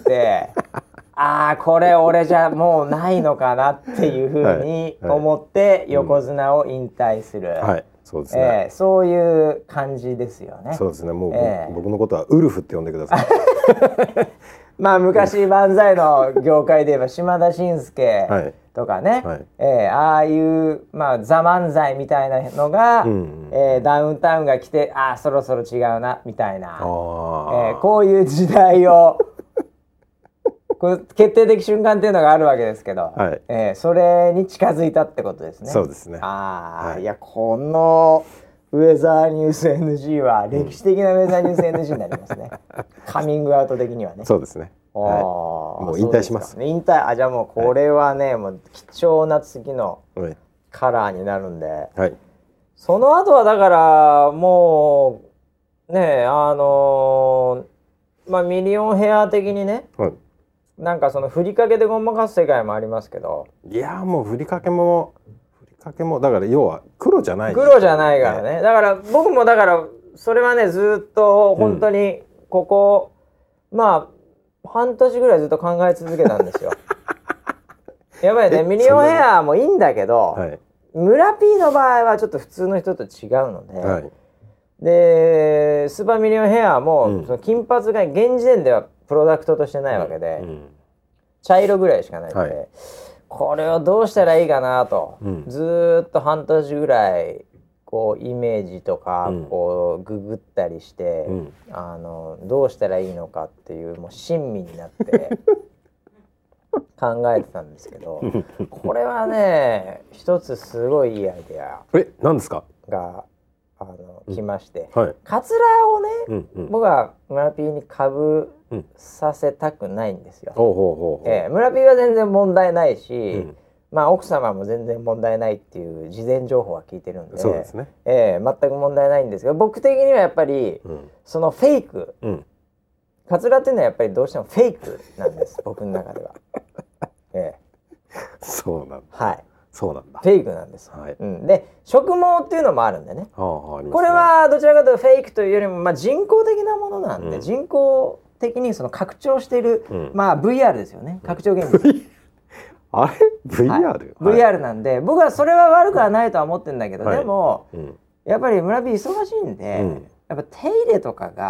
うんああこれ俺じゃもうないのかなっていうふうに思って横綱を引退する、 はいはい、そうですね、 えー、そういう感じですよね。 そうですね。もう、えー、僕のことはウルフって呼んでくださいまあ昔漫才の業界で言えば島田紳介とかね、はいえー、ああいう、まあ、ザ漫才みたいなのが、うんうんえー、ダウンタウンが来てああそろそろ違うなみたいな、あ、えー、こういう時代をこれ決定的瞬間っていうのがあるわけですけど、はいえー、それに近づいたってことですね。 そうですね。 あ、はい、いやこのウェザーニュース エヌジー は歴史的なウェザーニュース エヌジー になりますねカミングアウト的にはね。 そうですね、はい、もう引退します。 ね、引退あじゃあもうこれはね、はい、もう貴重な次のカラーになるんで、はい、その後はだからもうねあのー、まあミリオンヘア的にね、はいなんかそのふりかけでごまかす世界もありますけど、 いやもうふりかけもふりかけもだから要は黒じゃない、 ね、黒じゃないからね。だから僕もだからそれはねずっと本当にここ、うん、まあ半年ぐらいずっと考え続けたんですよやばいねミリオンヘアもいいんだけど、はい、村 P の場合はちょっと普通の人と違うので、はい、でスーパーミリオンヘアも、うん、その金髪が現時点ではプロダクトとしてないわけで、うん、茶色ぐらいしかないので、はい、これをどうしたらいいかなと、うん、ずっと半年ぐらいこうイメージとかこうググったりして、うん、あのどうしたらいいのかっていうもう親身になって考えてたんですけどこれはね一つすごいいいアイデアえ何ですかがあの、うん、来まして、はい、カツラをね、うんうん、僕は村 P にかぶさせたくないんですよ。えー、村 P は全然問題ないし、うん、まあ奥様も全然問題ないっていう事前情報は聞いてるんで、 そうですね、 えー、全く問題ないんですけど僕的にはやっぱり、うん、そのフェイク、うん、カツラっていうのはやっぱりどうしてもフェイクなんです僕の中では。えー、そうなんだ。 はいそうなんだ。 フェイクなんです、はいうん、で植毛っていうのもあるんでね、はあはあ、 ねこれはどちらかというとフェイクというよりも、まあ、人工的なものなんで、うん、人工的にその拡張している、うんまあ、ブイアール ですよね拡張現実あれ ブイアール、はい、 ブイアール なんで僕はそれは悪くはないとは思ってるんだけど、はい、でも、うん、やっぱり村 P 忙しいんで、うん、やっぱ手入れとかが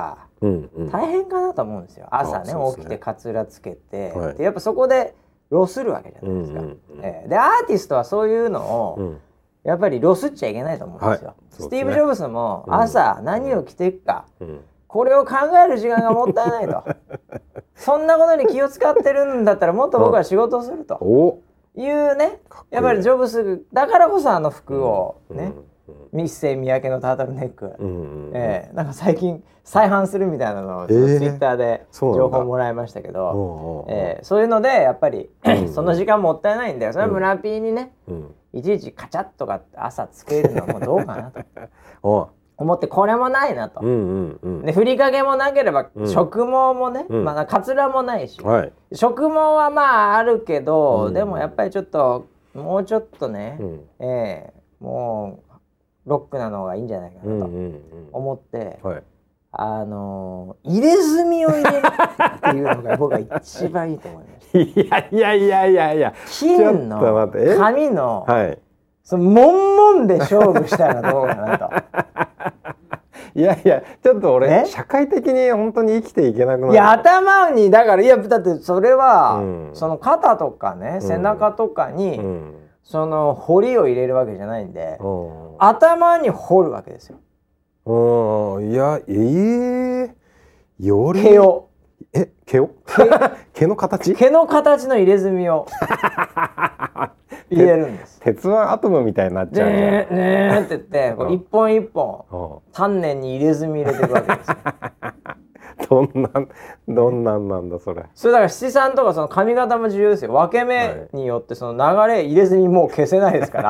うんうん、大変かなと思うんですよ。朝 ね, ね起きてかつらつけて、はい、でやっぱそこでロスるわけじゃないですか、うんうんうんえー、でアーティストはそういうのを、うん、やっぱりロスっちゃいけないと思うんですよ、はい、スティーブ・ジョブズも朝何を着ていくか、うん、これを考える時間がもったいないとそんなことに気を使ってるんだったらもっと僕は仕事をするというね、やっぱりジョブズだからこそあの服をね、うんうんミッセイ三宅のタートルネック、うんうんえー、なんか最近再販するみたいなのをツイッターで情報もらいましたけど、えーえー、そういうのでやっぱりその時間もったいないんだよ。それは村 P にね、うん、いちいちカチャッとか朝つけるのもどうかなと思って、これもないなと、うんうんうん、でふりかけもなければ植毛もね、うん、まあカツラもないし、はい、植毛はまああるけど、うん、でもやっぱりちょっともうちょっとね、うんえー、もうロックなのがいいんじゃないかなと思って、うんうんうんはい、あのー、入れ墨を入れるっていうのが僕は一番いいと思いましたいやいやいやいやいや金の紙の、はい、そのモンモンで勝負したらどうかなといやいやちょっと俺社会的に本当に生きていけなくなる。 いや頭にだからいやだってそれは、うん、その肩とかね背中とかに、うんうんその彫りを入れるわけじゃないんで、頭に彫るわけですよ。 うん、いや、えー、より毛をえ毛を毛の形毛の形の入れ墨を入れるんです。 鉄腕アトムみたいになっちゃうねえねえって言ってこう一本一本丹念に入れ墨入れていくわけですよ。 どんなどんなんなんだそれ。 それだから七三とかその髪型も重要ですよ。分け目によってその流れ入れずにもう消せないですから、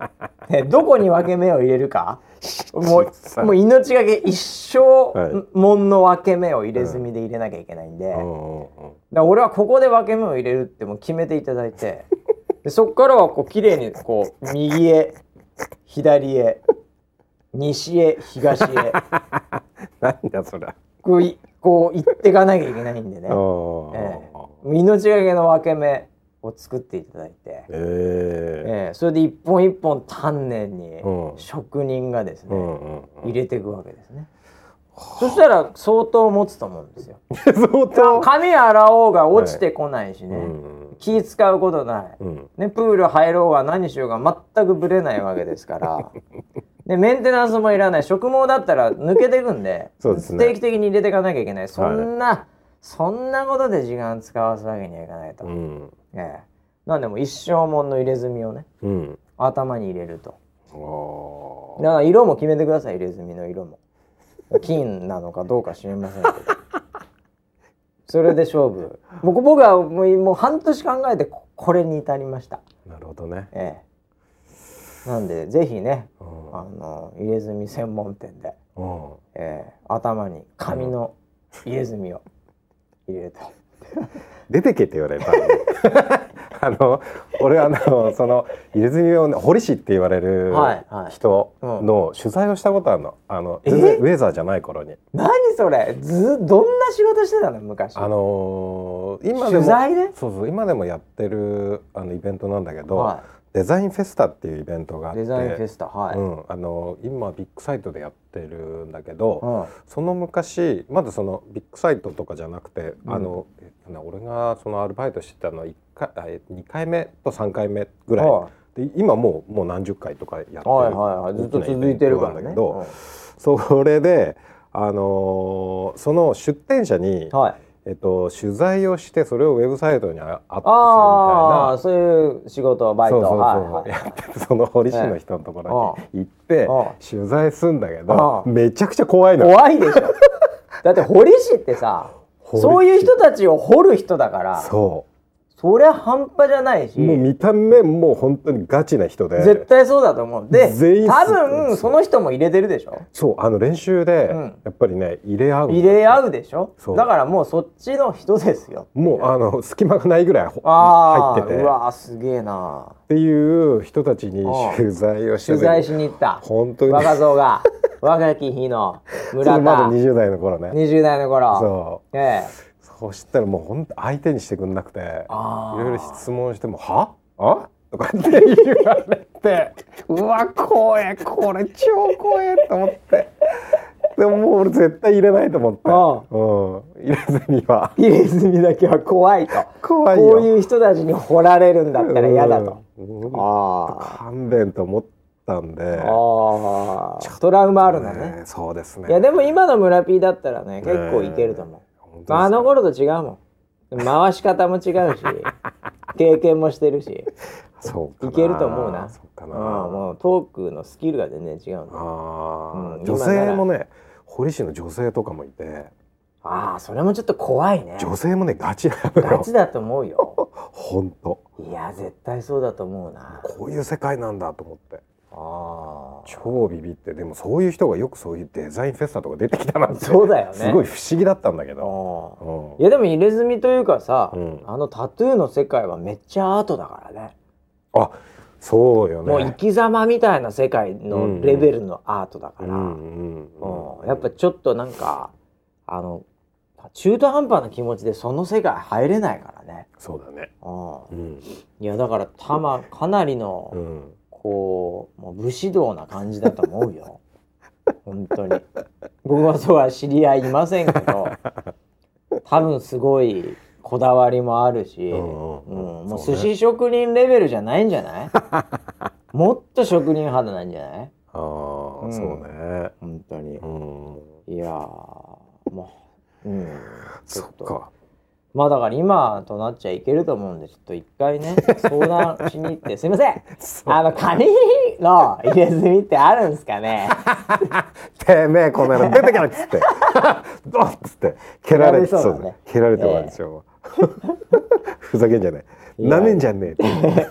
ね、どこに分け目を入れるかもう、もう命がけ一生もんの分け目を入れ墨で入れなきゃいけないんで、はい、だから俺はここで分け目を入れるってもう決めていただいてでそこからはこう綺麗にこう右へ左へ西へ東へ何だそれこういこう行っていかなきゃいけないんでね、えー、命がけの分け目を作っていただいて、えーえー、それで一本一本丹念に職人がですね、うんうんうん、入れていくわけですね。そしたら相当持つと思うんですよ。相当髪洗おうが落ちてこないしね、はいうん、気使うことない、うんね、プール入ろうが何しようが全くブレないわけですからでメンテナンスもいらない。植毛だったら抜けていくんでそうです、ね、定期的に入れていかなきゃいけない。そんな、はい、そんなことで時間使わすわけにはいかないと、うんええ、なんでも一生もんの入れ墨をね、うん、頭に入れると。だから色も決めてください。入れ墨の色も金なのかどうか知りませんけどそれで勝負。僕僕はもう、もう半年考えてこれに至りました。 なるほどね、 ええ、なんでぜひね、うん、あの入れ墨専門店で、うんええ、頭に紙の入れ墨を入れた出てけって言われたあの俺あのその入れ墨を、ね、彫り師って言われる人の取材をしたことあるの。あの全然ウェザーじゃない頃に。 何それずどんな仕事してたの昔。 あのー、今でも取材でそうそう今でもやってるあのイベントなんだけど、はい、デザインフェスタっていうイベントがあって、 デザインフェスタ、はい、うん、 あの今ビッグサイトでやってるんだけど、はい、その昔まだそのビッグサイトとかじゃなくて、うん、あの俺がそのアルバイトしてたのはいっかいにかいめとさんかいめぐらい、はい、で今もうもう何十回とかやってる、はいはいはい、 ずっと続いてるからね。 うん、それで、あのー、その出展者に、はいえっと、取材をしてそれをウェブサイトにアップするみたいな、あそういう仕事バイトそうそうそう、はいはい、やっててその彫り師の人のところに行って取材するんだけどめちゃくちゃ怖いの。 怖いでしょだって彫り師ってさそういう人たちを彫る人だから、そうそりゃ半端じゃないし、 もう見た目もう本当にガチな人で絶対そうだと思う。で多分その人も入れてるでしょ。 そうあの練習でやっぱりね入れ合う入れ合うでしょ。だからもうそっちの人ですよ。 もうあの隙間がないぐらい入ってて、 うわすげえなっていう人たちに取材をして取材しに行った。本当に若造が若き日の村田まだにじゅう代の頃ね。 にじゅう代の頃そう、ええそしたらもう本当相手にしてくんなくていろいろ質問してもはあとかって言われてうわ怖えこれ超怖えと思ってでももう俺絶対入れないと思って、うん、入れ墨は入れ墨だけは怖いと。 怖いよ。 こういう人たちに掘られるんだったら嫌だと、 うん、あ勘弁と思ったんで、 あトラウマあるんだね。 そうですね。 いやでも今の村 P だったらね結構いけると思う、まあ、あの頃と違うもん、回し方も違うし経験もしてるしそうかいけると思うな。 そうかな、 うん、もうトークのスキルが全然違うんだ。 あ、うん、女性もね堀市の女性とかもいて、 ああそれもちょっと怖いね。 女性もねガチなのよ。 ガチだと思うよ本当。 いや絶対そうだと思うな。 こういう世界なんだと思って、 あ超ビビって。でもそういう人がよくそういうデザインフェスタとか出てきたなってそうだよね、 すごい不思議だったんだけど、 うん、いやでも入れ墨というかさ、うん、あのタトゥーの世界はめっちゃアートだからね。 あそうよね。 もう生き様みたいな世界のレベルのアートだから、やっぱちょっとなんかあの中途半端な気持ちでその世界入れないからね。 そうだね、 うん、いやだからたまかなりの、うん、こうもう武士道な感じだと思うよ本当に。僕はそうは知り合いいませんけど多分すごいこだわりもあるし、うんうんうん、もう寿司職人レベルじゃないんじゃないもっと職人肌なんじゃない。 あ、うん、そうね本当に、うん、いやもう、うん、ちょっとまあだから今となっちゃいけると思うんでちょっと一回ね相談しに行ってすいませんあの髪の入れ墨ってあるんですかねてめえこの野郎出てけろっつってドッつって蹴られてそうだね。蹴られて終わりですよ、えー、ふざけんじゃないなめんじゃねえ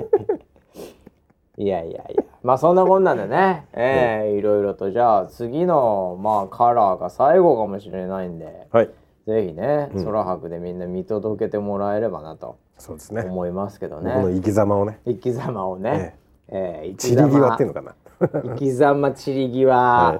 いやいやいやまあそんなこんなんでね、えー、いろいろとじゃあ次のまあカラーが最後かもしれないんで、はい、ぜひね、うん、空白でみんな見届けてもらえればなとそうですね思いますけどね。 この生き様をね生き様をね、えー、 散り際っていうのかな生き様散り際、はい、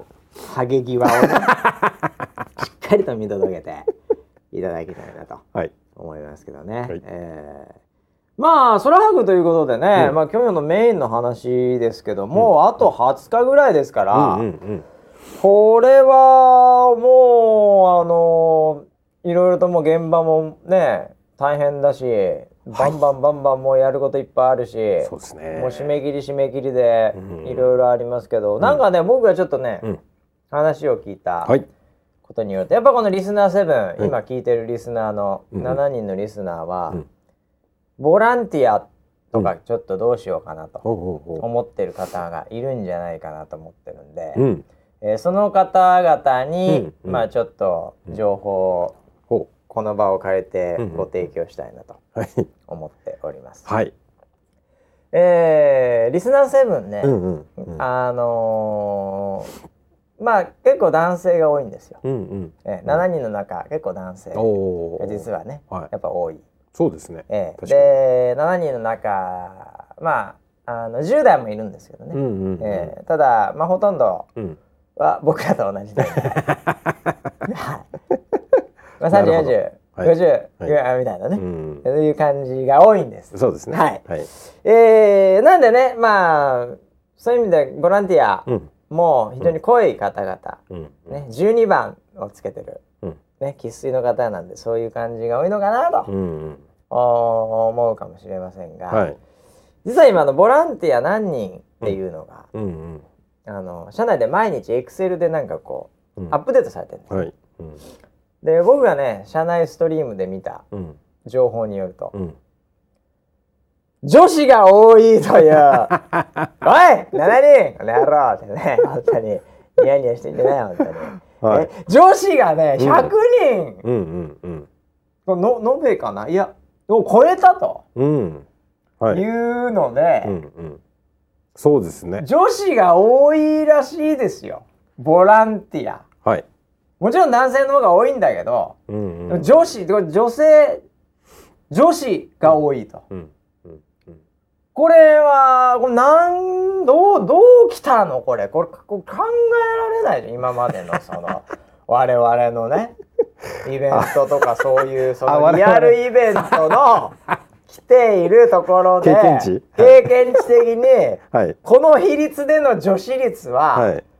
ハゲ際をねしっかりと見届けていただきたいなと思いますけどね、はい、えー、まあ空白ということでね、うん、まあ今日のメインの話ですけども、うん、あとはつかぐらいですから、うんうんうん、これはもうあのいろいろともう現場もね大変だし、バンバンバンバンもうやることいっぱいあるし、そうですね、もう締め切り締め切りでいろいろありますけど、うん、なんかね僕がちょっとね、うん、話を聞いたことによって、やっぱこのリスナーセブン、うん、今聞いてるリスナーのしちにんのリスナーは、うん、ボランティアとかちょっとどうしようかなと思ってる方がいるんじゃないかなと思ってるんで、うん、えー、その方々に、うん、まあちょっと情報をこの場を変えてご提供したいなと思っております。はい。えー、リスナーセブンね、うんうんうん、あのー、まあ結構男性が多いんですよ。うんうん、えー、しちにんの中結構男性が実はね、はい、やっぱ多い。 そうですね。 えー、でしちにんの中まああのじゅう代もいるんですけどね。うんうんうん、えー、ただまあほとんどは僕らと同じで、うんまあ、さんじゅう、よんじゅう、ごじゅう、はい、みたいなね、うん、そういう感じが多いんです。 そうですね。 はい。はい、えー、なんでね、まあそういう意味でボランティアも非常に濃い方々、うんね、じゅうにばんをつけてる、うんね、生粋の方なんでそういう感じが多いのかなと、うん、思うかもしれませんが、はい、実は今のボランティア何人っていうのが、うんうんうん、あの社内で毎日エクセルでなんかこう、うん、アップデートされてるんです、はいうん、で僕がね社内ストリームで見た情報によると、うん、女子が多いというおいしちにんこの野郎ってね本当にニヤニヤしてんじゃない本当に、はい、え女子がねひゃくにん、うんうんうん、の延べかないやを超えたと、うんはい、いうので、うんうんそうですね。 女子が多いらしいですよ。ボランティア。はい。もちろん男性の方が多いんだけど、うんうん、女子女性女子が多いと。うんうんうん、これはこれなんどうどう来たのこれこれこれ考えられないじゃん今までのその我々のねイベントとかそういうそのリアルイベントの来ているところで経験値、経験値的に、はい、この比率での女子率は、はい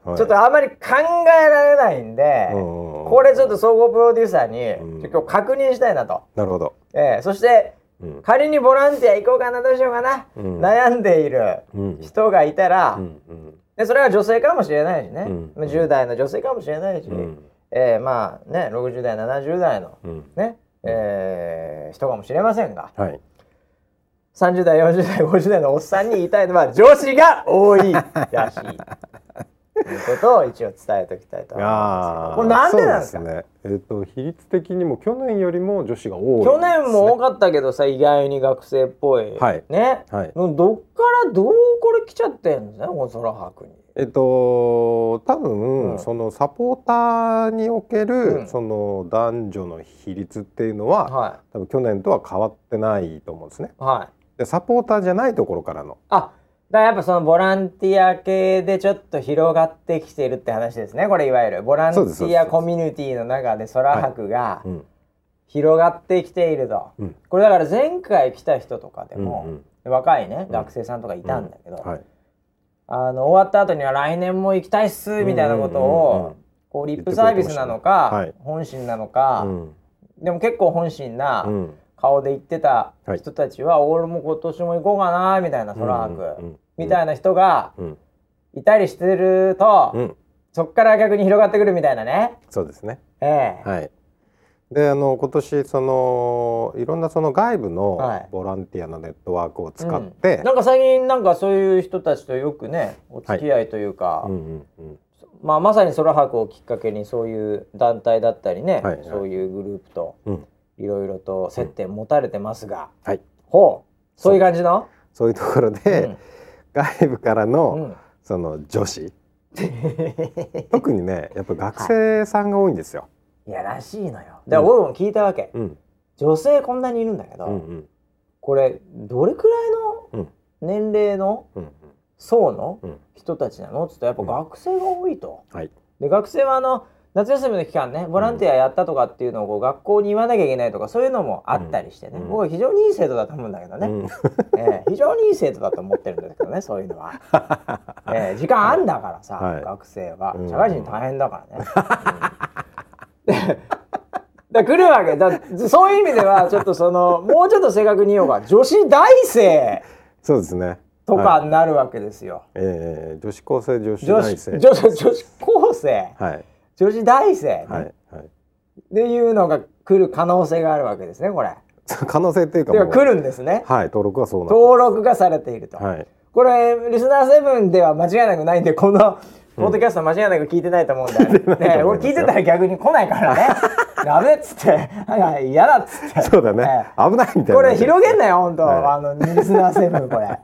はい、ちょっとあまり考えられないんで、うんうん、これちょっと総合プロデューサーに、うん、今日確認したいなと。 なるほど。 えー、そして、うん、仮にボランティア行こうかなどうしようかな、うん、悩んでいる人がいたら、うんうん、でそれは女性かもしれないしね、うん、じゅう代の女性かもしれないし、うん、えー、まあねろくじゅう代ななじゅう代の、うんねえー、人かもしれませんが、はい、さんじゅう代よんじゅう代ごじゅう代のおっさんに言いたいのは女子が多いらしいということを一応伝えておきたいと思いますけど、これなんでなんですか？ そうですね、えーと、比率的にも去年よりも女子が多いですね。 去年も多かったけどさ、意外に学生っぽい、はい、ね、はい、どっからどうこれ来ちゃってんですね、この空白に。 えっと多分、うん、そのサポーターにおける、うん、その男女の比率っていうのは、はい、多分去年とは変わってないと思うんですね。はい、でサポーターじゃないところからの。 あ、だからやっぱそのボランティア系でちょっと広がってきているって話ですね。これいわゆるボランティアコミュニティの中で空白が広がってきていると、うん、これだから前回来た人とかでも、うんうん、若いね、うん、学生さんとかいたんだけど、うんはい、あの終わった後には来年も行きたいっすみたいなことをこうリップサービスなのか、はい、本心なのか、うん、でも結構本心な、うん顔で言ってた人たちは、はい、俺も今年も行こうかなみたいな空白、うんうんうん、みたいな人がいたりしてると、うん、そっから逆に広がってくるみたいなね。 そうですね、 えーはい、であの今年そのいろんなその外部のボランティアのネットワークを使って、はいうん、 なんか最近なんかそういう人たちとよくねお付き合いというか、はいうんうんうんまあ、まさに空白をきっかけにそういう団体だったりね、はいはい、そういうグループと、うんいろいろと接点持たれてますが、うんはい、ほうそういう感じのそういうところで、うん、外部からの、うん、その女子特にねやっぱ学生さんが多いんですよ。 はい、いやらしいのよ。だから僕も聞いたわけ、うん、女性こんなにいるんだけど、うんうん、これどれくらいの年齢の層の人たちなのって言ったらやっぱ学生が多いと、うんはい、で学生はあの夏休みの期間ねボランティアやったとかっていうのをこう学校に言わなきゃいけないとかそういうのもあったりしてね、うん、僕は非常にいい生徒だと思うんだけどね、うんえー、非常にいい生徒だと思ってるんですけどねそういうのは、えー、時間あんだからさ、はい、学生は社会人大変だからね、うん、だ来るわけだそういう意味ではちょっとそのもうちょっと正確に言おうか女子大生そうですねとかになるわけですよ、 はいえー、女子高生女子大生女子、女子、女子高生、はい女子大生、ねはいはい、っていうのが来る可能性があるわけですねこれ。 可能性っていうかもう来るんですね。 はい登録はそうなんです。 登録がされていると、はい、これリスナーセブンでは間違いなくないんでこのポッドキャスト間違いなく聞いてないと思うんで、うん、ね、俺聞いてたら逆に来ないからねダメっつって嫌だっつってそうだね、えー、危ないみたいなこれ広げんなよ本当、はい、あのリスナーセブンこれ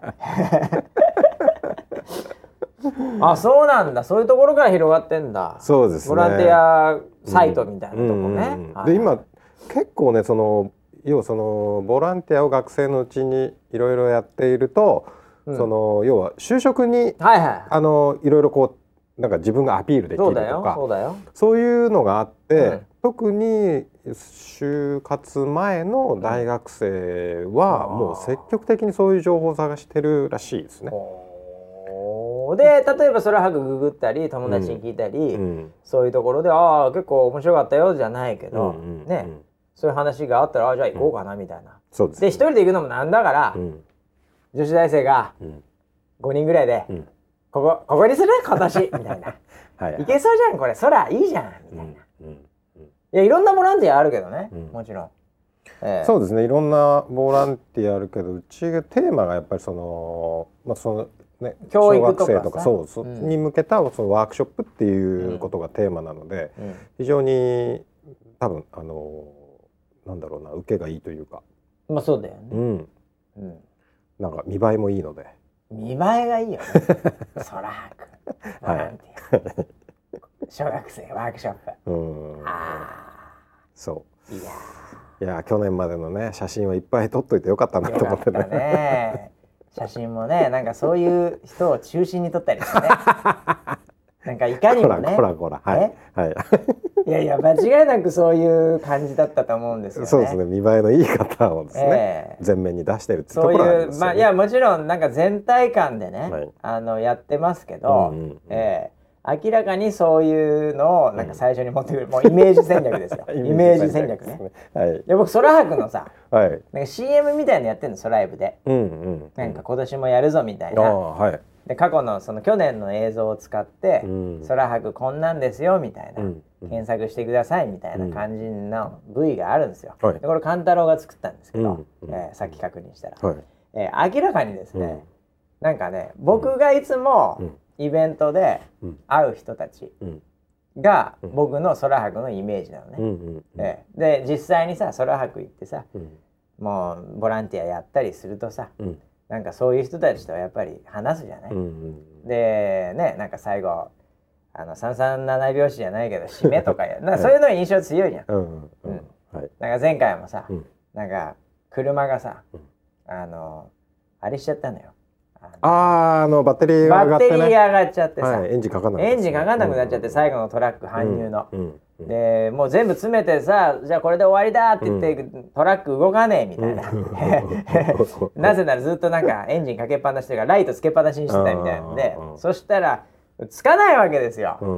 あ、そうなんだ。そういうところから広がってんだ。 そうですね。 ボランティアサイトみたいなとこね。うんうんうん、で今結構ねその要はそのボランティアを学生のうちにいろいろやっていると、うん、その要は就職に、はいはい、あのいろいろこうなんか自分がアピールできるとか、 そうだよ、 そういうのがあって、うん、特に就活前の大学生はもう積極的にそういう情報を探してるらしいですね。 で例えば空白ググったり友達に聞いたり、うん、そういうところでああ結構面白かったよじゃないけど、うんうん、ね、うん、そういう話があったらあじゃあ行こうかなみたいな、うん、そうですね、で一人で行くのもなんだから、うん、女子大生がごにんぐらいで、うん、ここここにする今年みたいなはい、はい、行けそうじゃんこれ空いいじゃんみたいな、うんうん、いやいろんなボランティアあるけどね、うん、もちろん、 えー、そうですねいろんなボランティアあるけどうちがテーマがやっぱりそのまあそのね、教育とか小学生とかそう、うん、に向けたそのワークショップっていうことがテーマなので、うん、非常に多分あのなんだろうな受けがいいというかまあそうだよね、うんうん、なんか見栄えもいいので見栄えがいいよね空白ボランティア、はい、小学生ワークショップうんあそういやいや去年までのね写真をいっぱい撮っといてよかったなと思ってね写真もねなんかそういう人を中心に撮ったりしてねなんかいかにもねこらこらこらはい、はい、 いやいや間違いなくそういう感じだったと思うんですよね。 そうですね見栄えのいい方をですね、えー、前面に出してるっていうところがありますよね。そういうまあいやもちろんなんか全体感でね、はい、あのやってますけど、うんうんうん、えー明らかにそういうのをなんか最初に持ってくる、うん、もうイメージ戦略ですよイメージ戦略ね。はい、で僕ソラハクのさ、はい、なんか シーエム みたいなのやってるのソライブで、うんうん、なんか今年もやるぞみたいな、はい、で過去のその去年の映像を使って、うん、ソラハクこんなんですよみたいな、うんうん、検索してくださいみたいな感じの ブイ があるんですよ、はい、でこれ勘太郎が作ったんですけど、うんうんえー、さっき確認したら、はいえー、明らかにですね、うん、なんかね僕がいつも、うんイベントで会う人たちが僕のソラハクのイメージなのね、うんうんうんええ、で実際にさソラハク行ってさ、うん、もうボランティアやったりするとさ、うん、なんかそういう人たちとやっぱり話すじゃない、うんうん、でねなんか最後あのさんさんなな拍子じゃないけど締めとかやなんかそういうのが印象強いじゃん、うんうんうんはい、なんか前回もさ、うん、なんか車がさ、うん、あのあれしちゃったのよああのバッテリーが上がって、ね、 バッテリー上がっちゃってさ、 はい、エンジンかかんなくなっちゃって、 エンジンかかんなくなっちゃって、うん、最後のトラック搬入の、うんうん、でもう全部詰めてさじゃあこれで終わりだって言って、うん、トラック動かねえみたいな、うん、なぜならずっとなんかエンジンかけっぱなしというかライトつけっぱなしにしてたみたいなんでそしたらつかないわけですよ、うん、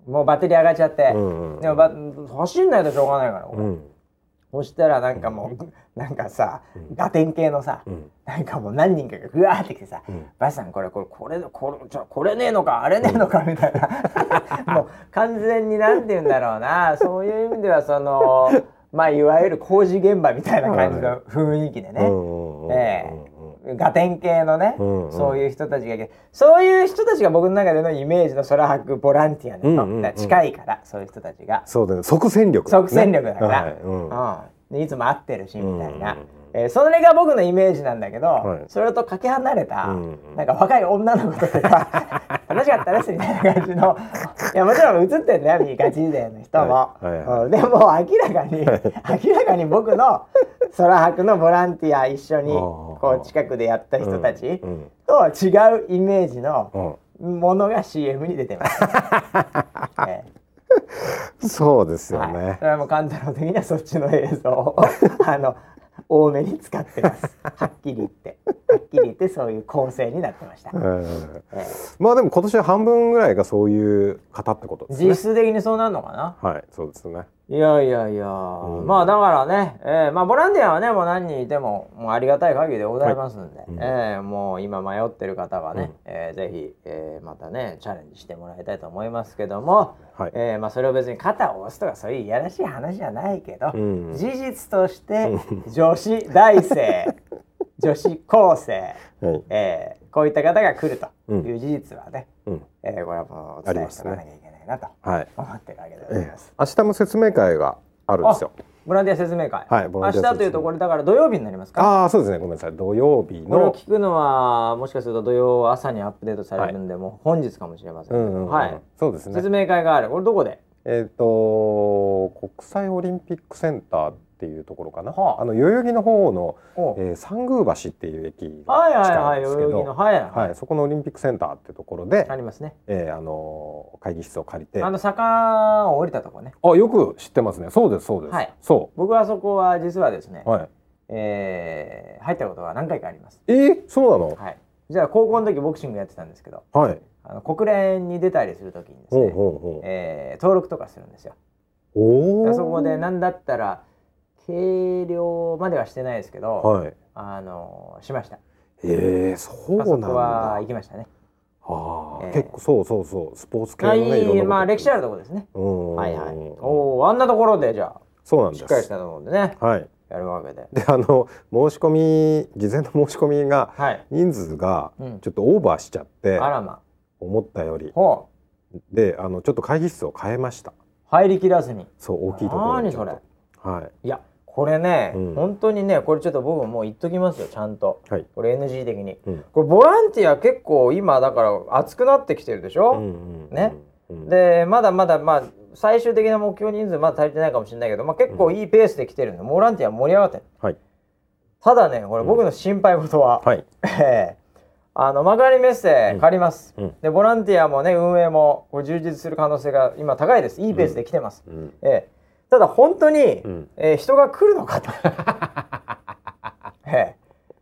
もうバッテリー上がっちゃって、うんうん、でもば走んないとしょうがないからこれ、うんそしたらなんかもう、うん、なんかさ、うん、ガテン系のさ、うん、なんかもう何人かがぐわーってきてさ、うん、バシさんこれこれこれこれじゃこれねえのかあれねえのかみたいなもう完全になんて言うんだろうなそういう意味ではそのまあいわゆる工事現場みたいな感じの雰囲気でね、ええ、ガテン系のね、うんうん、そういう人たちがいてそういう人たちが僕の中でのイメージのソラハクボランティアの、うんうん、近いからそういう人たちがそうだね即戦力、 ね、即戦力だから、はいうんうん、いつも会ってるしみたいな、うんうんえー、それが僕のイメージなんだけど、はい、それとかけ離れた、うんうん、なんか若い女の子とか楽しかったですみたいな感じのいやもちろん映ってんだよガチ勢の人も、はいはいはいうん、でも明らかに明らかに僕のソラハクのボランティア一緒にこう近くでやった人たちとは違うイメージのものが シーエム に出てます、えー、そうですよね、 はい、それはもう簡単的にはそっちの映像をあの多めに使ってますはっきり言ってはっきり言ってそういう構成になってました、えーえー、まあでも今年は半分ぐらいがそういう方ってことですね実質的にそうなるのかなはいそうですねいやいやいや、うん、まあだからね、えー、まあボランティアはねもう何人いてももうありがたい限りでございますんで、はいうんえー、もう今迷ってる方はね、うんえー、ぜひ、えー、またねチャレンジしてもらいたいと思いますけども、はいえーまあ、それを別に肩を押すとかそういういやらしい話じゃないけど、うん、事実として女子大生女子高生、はいえー、こういった方が来るという事実はね、うんえー、これはもうお伝えしておかなきゃいけないなと思ってるわけでございます、 はいえー、明日も説明会があるんですよボランティア説明会、 はい、 ボランティア明日というとこれだから土曜日になりますかああそうですねごめんなさい土曜日のこれを聞くのはもしかすると土曜朝にアップデートされるんで、はい、もう本日かもしれませんけど、うんうんうん、はいそうですね説明会があるこれどこでえっ、ー、と国際オリンピックセンターっていうところかな、はあ、あの代々木の方の、えー、三宮橋っていう駅が近いんですけど、はいはいはい、そこのオリンピックセンターっていうところでありますね、 えー、あの会議室を借りてあの坂を降りたとこねあよく知ってますねそうですそうです、はい、そう僕はそこは実はですね、はいえー、入ったことが何回かありますえー、そうなの、 はい、じゃあ高校の時ボクシングやってたんですけど、はい、あの国連に出たりする時にですね、ほうほうほうえー、登録とかするんですよおそこで何だったら計量まではしてないですけど、はい、あのしました。 へえ、そうなんだ。あそこは行きましたね。 はあ、えー、結構そうそうそうスポーツ系のね、いろんなまあ歴史あるところですね。はいはい。おお、あんなところでじゃあそうなんです。 しっかりしたところでね。はい。やるわけで。 であの申し込み事前の申し込みが、はい、人数がちょっとオーバーしちゃって、うん、あらま思ったより。ほう。であのちょっと会議室を変えました。 入りきらずに。 そう大きいところにちょっと。 何それ。はい。いや。これね、うん、本当にねこれちょっと僕もう言っときますよちゃんと、はい、これ エヌジー 的に、うん、これボランティア結構今だから熱くなってきてるでしょ、うんうん、ね、うん、でまだまだまあ最終的な目標人数まだ足りてないかもしれないけど、まあ、結構いいペースで来てるんで、ボランティア盛り上がってる、はい、ただねこれ僕の心配事は、うんはい、えー、あの幕張メッセ借ります、うん、でボランティアもね運営もこれ充実する可能性が今高いですいいペースで来てます、うんうんえーただ本当に、うんえー、人が来るのかと、えー、こ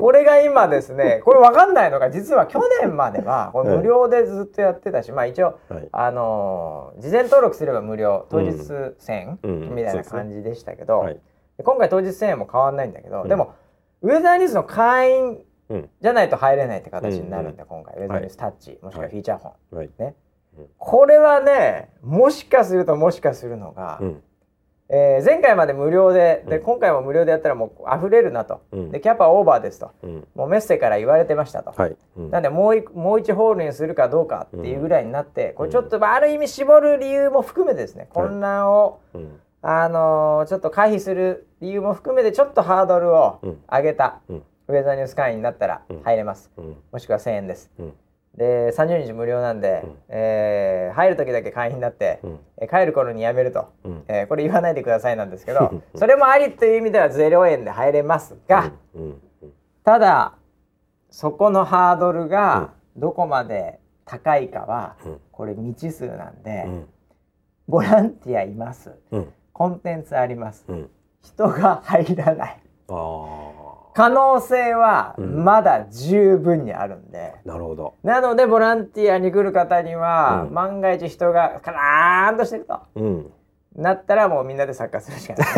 これが今ですね、これ分かんないのが実は去年まではこれ無料でずっとやってたし、はい、まあ一応、はい、あのー、事前登録すれば無料、当日せんえん、うん、みたいな感じでしたけど、うんうん、今回当日せんえんも変わんないんだけど、うん、でもウェザーニュースの会員じゃないと入れないって形になるんで、うん、今回ウェザーニュースタッチ、はい、もしくはフィーチャー本、はい、ね、うん、これはね、もしかするともしかするのが、うん、えー、前回まで無料で、で、うん、今回も無料でやったらもう溢れるなと、うん、でキャパオーバーですと、うん、もうメッセから言われてましたと、はい、うん、なんでもういもういちホールにするかどうかっていうぐらいになって、うん、これちょっとある意味絞る理由も含めてですね、うん、混乱を、はい、あのー、ちょっと回避する理由も含めてちょっとハードルを上げた、うん、ウェザーニュース会員になったら入れます、うん、もしくはせんえんです、うん、でさんじゅうにち無料なんで、うん、えー、入る時だけ会員になって、うん、え帰る頃にやめると、うん、えー、これ言わないでくださいなんですけどそれもありという意味ではゼロえんで入れますが、うんうんうん、ただそこのハードルがどこまで高いかは、うん、これ未知数なんで、うん、ボランティアいます、うん、コンテンツあります、うん、人が入らない、あ可能性はまだ十分にあるんで、 うん、なるほど。 なのでボランティアに来る方には、うん、万が一人がカラーンとしてると、うん、なったらもうみんなでサッカーするしかない、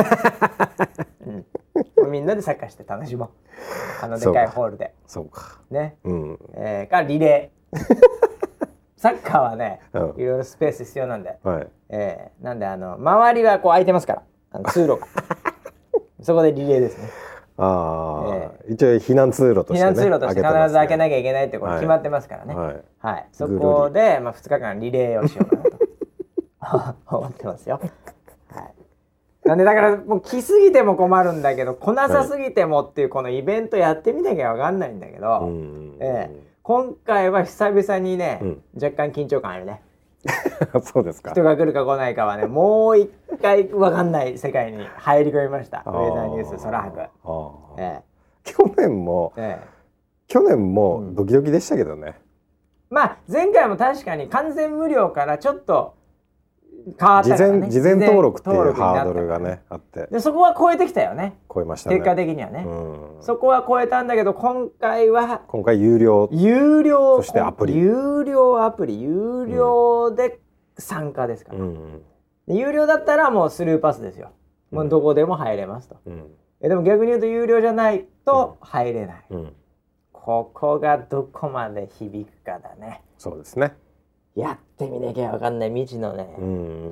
うん、みんなでサッカーして楽しもう、あのでかいホールで。 そうかね、うん、えー、かリレーサッカーはね、うん、いろいろスペース必要なんで、はい、えー、なんであの周りはこう空いてますから、あの通路がそこでリレーですね。 あ、えー、一応避難通路として、ね、 避難通路として必ず開けなきゃいけないってこれ決まってますからね、はいはい、そこで、まあ、ふつかかんリレーをしようかなと思ってますよ、はい、なんでだからもう来すぎても困るんだけど来なさすぎてもっていうこのイベントやってみなきゃ分かんないんだけど、はい、えー、今回は久々にね、うん、若干緊張感あるねそうですか。 人が来るか来ないかはね、もう一回分かんない世界に入り込みました。ウェザーニュース空白、ええ、 去年も、ええ、去年もドキドキでしたけどね、 うん、まあ前回も確かに完全無料からちょっと変わったからね、 事前、事前登録っていうハードルがねあって、 でそこは超えてきたよね。 超えましたね、 結果的にはね、うん、そこは超えたんだけど、今回は今回有料、 有料、 そしてアプリ、 有料アプリ、有料で参加ですから、うん、で有料だったらもうスルーパスですよ、もうどこでも入れますと、うん、えでも逆に言うと有料じゃないと入れない、うんうん、ここがどこまで響くかだね。 そうですね、 やってみなきゃ分かんない未知のね、うん、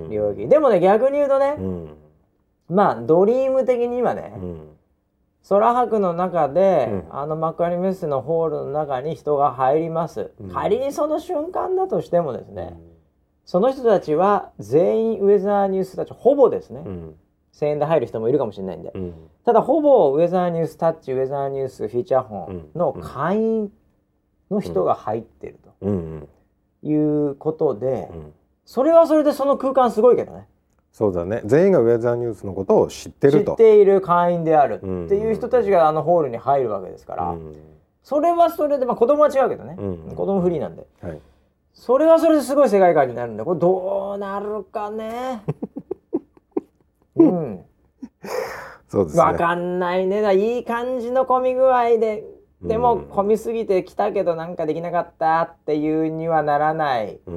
領域でもね、逆に言うとね、うん、まあドリーム的にはね、うん、空白の中で、うん、あの幕張メッセのホールの中に人が入ります、うん、仮にその瞬間だとしてもですね、うん、その人たちは全員ウェザーニュースたちほぼですね、うん、せんえんで入る人もいるかもしれないんで、うん、ただほぼウェザーニュースタッチ、ウェザーニュースフィーチャー本の会員の人が入ってると、うんうんうん、いうことで、うん、それはそれでその空間すごいけどね。 そうだね、全員がウェザーニュースのことを知ってると、 知っている会員であるっていう人たちがあのホールに入るわけですから、うん、それはそれで、まあ子供は違うけどね、うん、子供フリーなんで、はい、それはそれですごい世界観になるんで、これどうなるかねうん、 そうですね、 分かんないね。だいい感じの混み具合で、でも混みすぎてきたけどなんかできなかったっていうにはならない、うん、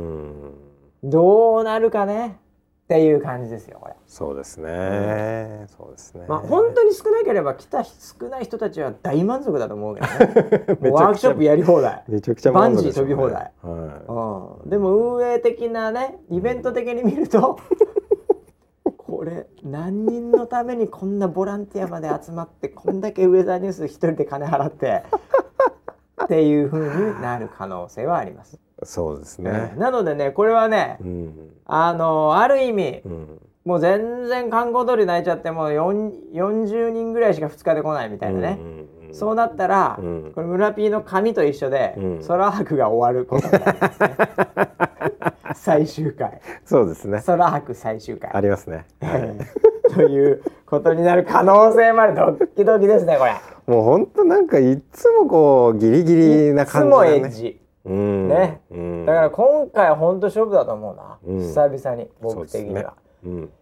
どうなるかねっていう感じですよ、これ。 そうですね、うん、そうですね。 まあ本当に少なければ来た少ない人たちは大満足だと思うけどねもうワークショップやり放題、 めちゃくちゃ満足でしょうね、 バンジー飛び放題、はい、うん、でも運営的なね、イベント的に見るとこれ何人のためにこんなボランティアまで集まってこんだけウェザーニュース一人で金払ってっていう風になる可能性はあります。 そうですね、 うん、なのでね、これはね、うん、あのある意味、うん、もう全然観光通り泣いちゃってもうよんじゅうにんぐらいしかふつかで来ないみたいなね、うんうん、そうなったら、うん、これ村 P の紙と一緒で、うん、空白が終わることになりますね最終回、 そうですね、 空白最終回ありますねということになる可能性までドッキドキですね、これ。 もうほんとなんかいつもこうギリギリな感じだね、 いつもエッジ、うんね、うん、だから今回は本当勝負だと思うな、うん、久々に僕的には、ね、うん、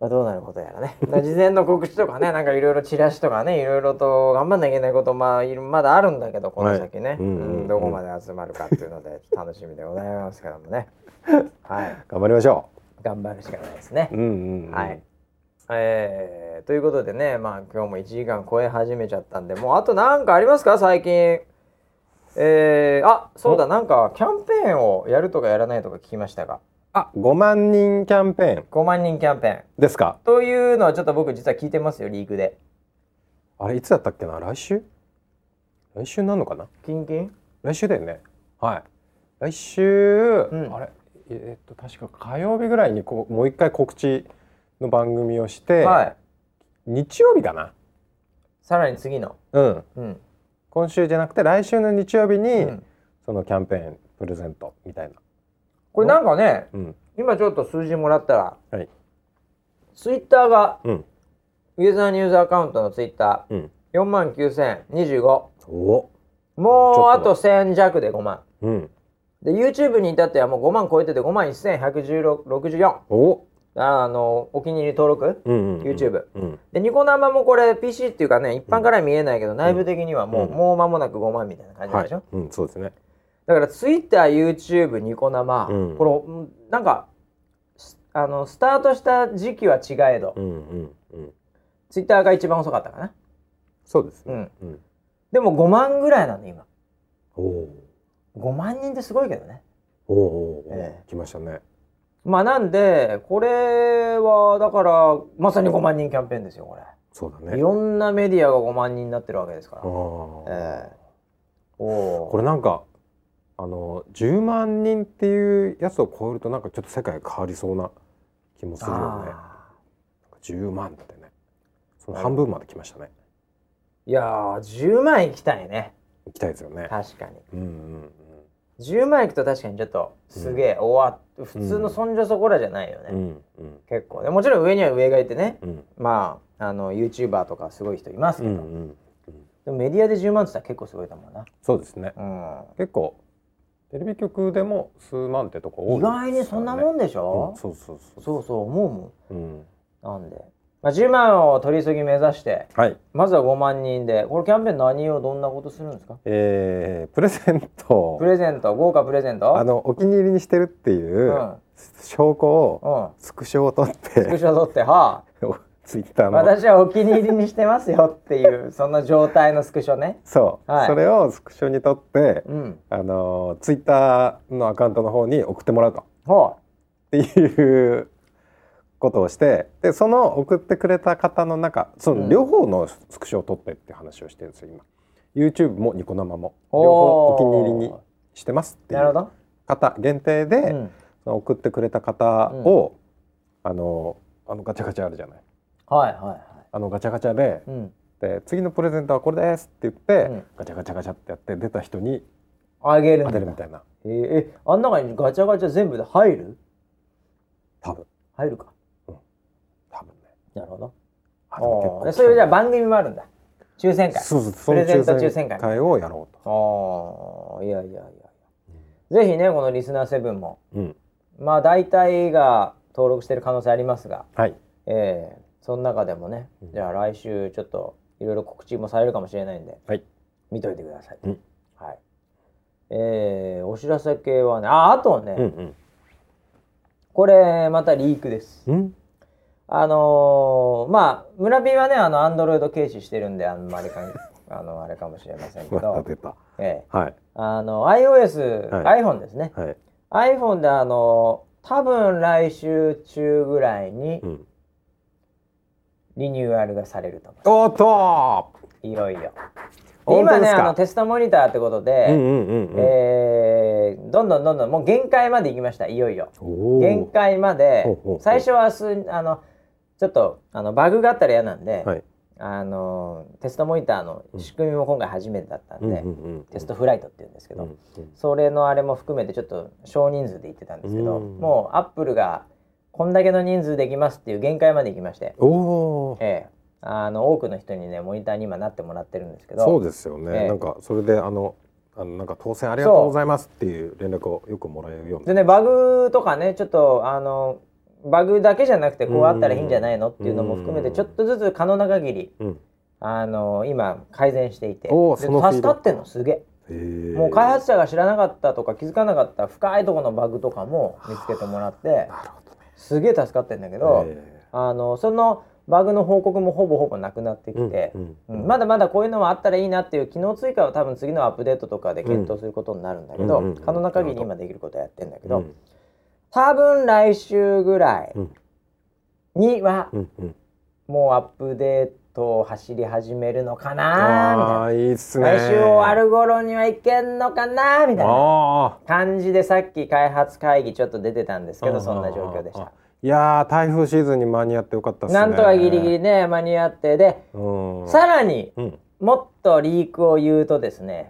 まあ、どうなることやらね事前の告知とかねなんかいろいろチラシとかねいろいろと頑張んなきゃいけないことまあまだあるんだけどこの先ね、はいうんうんうん、どこまで集まるかっていうので楽しみでございますけどもねはい頑張りましょう頑張るしかないですね、 うんうんうん、 はいえー、ということでねまあ今日もいちじかん超え始めちゃったんでもうあとなんかありますか最近えー、あそうだなんかキャンペーンをやるとかやらないとか聞きましたがあごまんにんキャンペーンごまんにんキャンペーンですかというのはちょっと僕実は聞いてますよリークであれいつだったっけな来週来週なのかなキンキン来週だよねはい来週、うん、あれえー、っと確か火曜日ぐらいにこうもう一回告知の番組をして、はい、日曜日かなさらに次のうん、うん、今週じゃなくて来週の日曜日に、うん、そのキャンペーンプレゼントみたいなこれなんかね、うん、今ちょっと数字もらったら、はい、ツイッターが、うん、ユーザーニューザーアカウントのツイッター、うん、よんまんきゅうせんにじゅうごおもうあとせん弱でごまん、うん、で YouTube に至ってはもうごまん超えててごまんせんひゃくろくじゅうよんおあのお気に入り登録、うんうんうん、YouTube、うん、でニコ生もこれ ピーシー っていうかね一般から見えないけど、うん、内部的にはもう、うん、もう間もなくごまんみたいな感じでしょ、はいうん、そうですねだから Twitter、YouTube、ニコ生、うん、このなんかあのスタートした時期は違えど、うんうんうん、Twitter が一番遅かったかなそうですね、うんうん、 でもごまんぐらいなんで今おごまんにんってすごいけどねおお、えー、来ましたねまあなんでこれはだからまさにごまんにんキャンペーンですよこれそうだねいろんなメディアがごまんにんになってるわけですからあ、えー、 おこれなんかあのじゅうまんにんっていうやつを超えるとなんかちょっと世界が変わりそうな気もするよねじゅうまんってねその半分まで来ましたねいやーじゅうまん行きたいね行きたいですよね確かに、うんうんうん、じゅうまん行くと確かにちょっとすげえ、うん、おわ普通のそんじょそこらじゃないよね、うんうん、結構でもちろん上には上がいてね、うん、まああの YouTuber とかすごい人いますけど、うんうんうん、でもメディアでじゅうまんって言ったら結構すごいと思うなそうですね、うん、結構テレビ局でも数万ってとこ多い、 ね、意外にそんなもんでしょ、 うん、そうそうそうそうそう思うもん、うん、なんで、まあ、じゅうまんを取り急ぎ目指して、はい、まずはごまんにんでこれキャンペーン何をどんなことするんですかえー、プレゼントプレゼント豪華プレゼントあのお気に入りにしてるっていう、うん、証拠を、うん、スクショを取ってスクショ取ってはあツイッターの私はお気に入りにしてますよっていうその状態のスクショねそう、はい、それをスクショに取って、うん、あのツイッターのアカウントの方に送ってもらうと、はあ、っていうことをしてでその送ってくれた方の中その両方のスクショを取ってって話をしてるんですよ今 YouTube もニコ生も両方お気に入りにしてますっていう方限定で、うん、その送ってくれた方を、うん、あのあのガチャガチャあるじゃないはいはいはい、 あのガチャガチャで、うん、で次のプレゼントはこれですって言って、うん、ガチャガチャガチャってやって出た人にあげる当てるみたいなえー、えあん中にガチャガチャ全部で入る多分入るか、 うん、多分ねなるほどあでも結構それじゃあ番組もあるんだ抽選会そうそうプレゼント抽選会会をやろうとあいやいやいや、うん、ぜひねこのリスナーセブンも、うん、まあ大体が登録してる可能性ありますがはいえーその中でもね、うん、じゃあ来週ちょっといろいろ告知もされるかもしれないんで、はい、見といてください、うんはいえー、お知らせ系はねああとね、うんうん、これまたリークです、うん、あのー、まあ村 P はねあのアンドロイド軽視してるんであんまりかあのあれかもしれませんけど、 出たえーはい、あの iOS、はい、iPhone ですね、はい、iPhone であの多分来週中ぐらいに、うんリニューアルがされると思います。おっといよいよ今ねあのテストモニターってことでどんどんどんどんもう限界まで行きましたいよいよ限界まで最初はすあのちょっとあのバグがあったら嫌なんで、はい、あのテストモニターの仕組みも今回初めてだったんで、うん、テストフライトっていうんですけど、うんうん、それのあれも含めてちょっと少人数で言ってたんですけど、うん、もうアップルがこんだけの人数できますっていう限界まで行きまして、おええ、あの多くの人にねモニターに今なってもらってるんですけど、 そうですよね。ええ、なんかそれであのあのなんか当選ありがとうございますっていう連絡をよくもらえるようにでねバグとかねちょっとあのバグだけじゃなくてこうあったらいいんじゃないのっていうのも含めてちょっとずつ可能な限り、うん、あの今改善していて、で助かってんのすげえ。もう開発者が知らなかったとか気づかなかった深いところのバグとかも見つけてもらって、なるほどね、すげえ助かってんだけど、あのそのバグの報告もほぼほぼなくなってきて、うんうんうん、まだまだこういうのもあったらいいなっていう機能追加は多分次のアップデートとかで検討することになるんだけど、うんうんうん、可能な限り今できることはやってんだけど、うん、多分来週ぐらいには、うんうん、もうアップデートを走り始めるのかなみたいな、いいっすね、来週終わる頃にはいけんのかなみたいな感じで、さっき開発会議ちょっと出てたんですけど、そんな状況でした。 いやー、台風シーズンに間に合ってよかったっすね。 なんとかギリギリね間に合ってで、さらに、うん、もっとリークを言うとですね、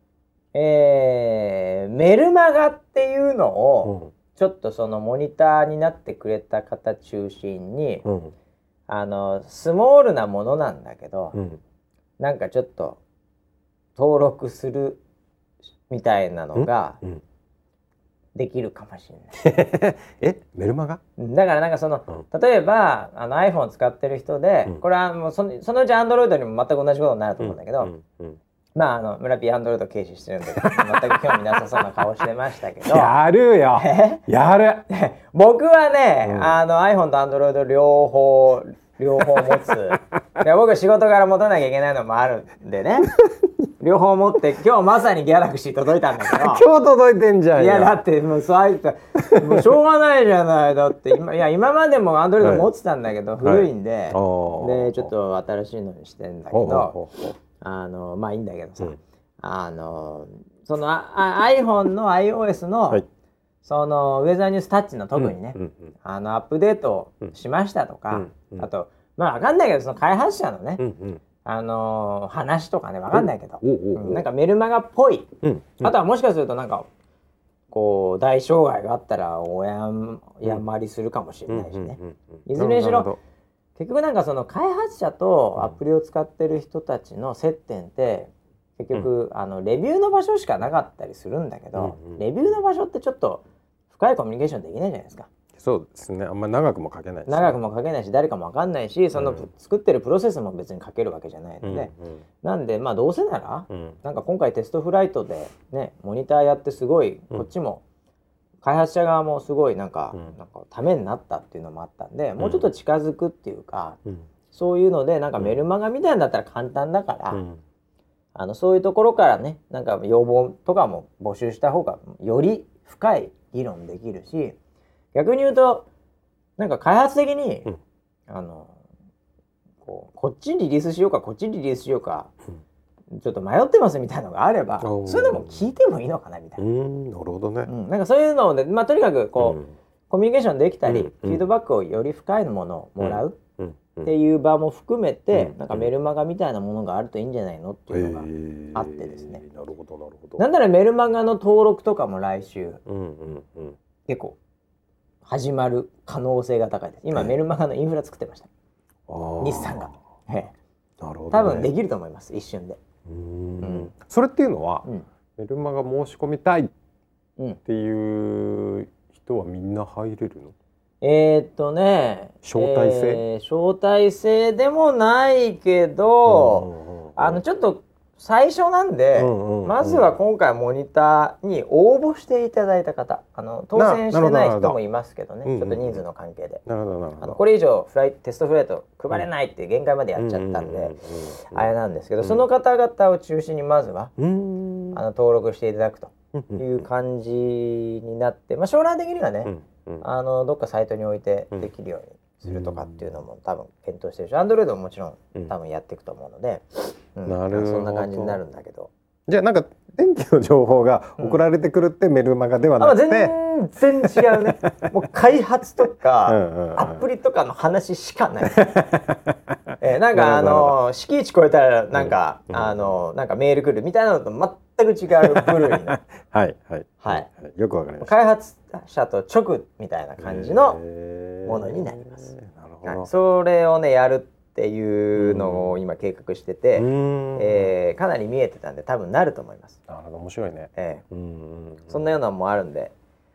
えー、メルマガっていうのを、うん、ちょっとそのモニターになってくれた方中心に、うん、あのスモールなものなんだけど、うん、なんかちょっと登録するみたいなのが、うんうんできるかもしれない。 え、メルマガ？ だからなんかその、うん、例えばあの iPhone 使ってる人で、うん、これはもうその、そのうち Android にも全く同じことになると思うんだけど、うんうんうん、まああの村 P Android 軽視してるんで全く興味なさそうな顔してましたけどやるよやる僕はね、うん、あの iPhone と Android 両方両方持ついや僕は仕事から持たなきゃいけないのもあるんでね両方持って今日まさにギャラクシー届いたんだけど今日届いてんじゃん。 いやだってもうそういったもうしょうがないじゃないだって今いや今までもアンドロイド持ってたんだけど、はい、古いんで、はい、でちょっと新しいのにしてんだけどあのまあいいんだけどさ、うん、あのそのあ iPhone の iOS の、はい、そのウェザーニュースタッチの特にね、うんうんうん、あのアップデートしましたとか、うんうん、あとまあわかんないけどその開発者のね、うんうんあのー、話とかね分かんないけど、うん、なんかメルマガっぽい、うんうん、あとはもしかするとなんかこう大障害があったらおやまりするかもしれないしね、いずれにしろ結局なんかその開発者とアプリを使ってる人たちの接点って結局、うん、あのレビューの場所しかなかったりするんだけど、うんうん、レビューの場所ってちょっと深いコミュニケーションできないじゃないですか。 そうですね、あんまり長くも書けないし、ね、 長くも書けないし誰かも分かんないしその、うん、作ってるプロセスも別に書けるわけじゃないので、うんうん、なんでまあどうせなら、うん、なんか今回テストフライトでねモニターやってすごい、うん、こっちも開発者側もすごいなんか、うん、なんかためになったっていうのもあったんで、うん、もうちょっと近づくっていうか、うん、そういうのでなんかメルマガみたいなんだったら簡単だから、うん、あのそういうところからねなんか要望とかも募集した方がより深い議論できるし逆に言うとなんか開発的に、うん、あのこうこっちにリリースしようかこっちにリリースしようか、うん、ちょっと迷ってますみたいなのがあればそういうのも聞いてもいいのかなみたいな。 うんなるほどね、 うん、なんかそういうので、まあ、とにかくこう、うん、コミュニケーションできたり、うん、フィードバックをより深いものをもらうっていう場も含めて、うん、なんかメルマガみたいなものがあるといいんじゃないのっていうのがあってですね、 えー、なるほどなるほど。 なんならメルマガの登録とかも来週、うんうんうん、結構始まる可能性が高いです。今、えー、メルマガのインフラ作ってました日産が、えーなるほどね、多分できると思います一瞬で。 うーん、うん、それっていうのは、うん、メルマガ申し込みたいっていう人はみんな入れるの？ えー、っとね招待制、 えー、招待制でもないけど、あのちょっと最初なんで、うんうんうん、まずは今回モニターに応募していただいた方、あの当選してない人もいますけどね、ちょっと人数の関係で、なるほどなるほど、あのこれ以上フライテストフライト配れないっていう限界までやっちゃったんで、あれなんですけど、その方々を中心にまずは、うん、あの登録していただくという感じになって、まあ、将来的にはね、うんうん、あのどっかサイトに置いてできるようにするとかっていうのも多分検討してるし、Androidももちろん多分やっていくと思うので、うんうん、なるほど、そんな感じになるんだけど、 じゃあなんか電気の情報が送られてくるってメルマガではなくて、 うん、全然違うねもう開発とかうんうん、うん、アプリとかの話しかないえー、なんかあの敷地超えたらなんか、うん、あのなんかメール来るみたいなのと全く違う部類のはいはいはい、はい、よくわかりました。 開発者と直みたいな感じのものになります。なるほど、はい、それをねやるっていうのを今計画してて、えー、かなり見えてたんで多分なると思います。 なるほど、面白いね、 えー、うんそんなようなのもあるんで、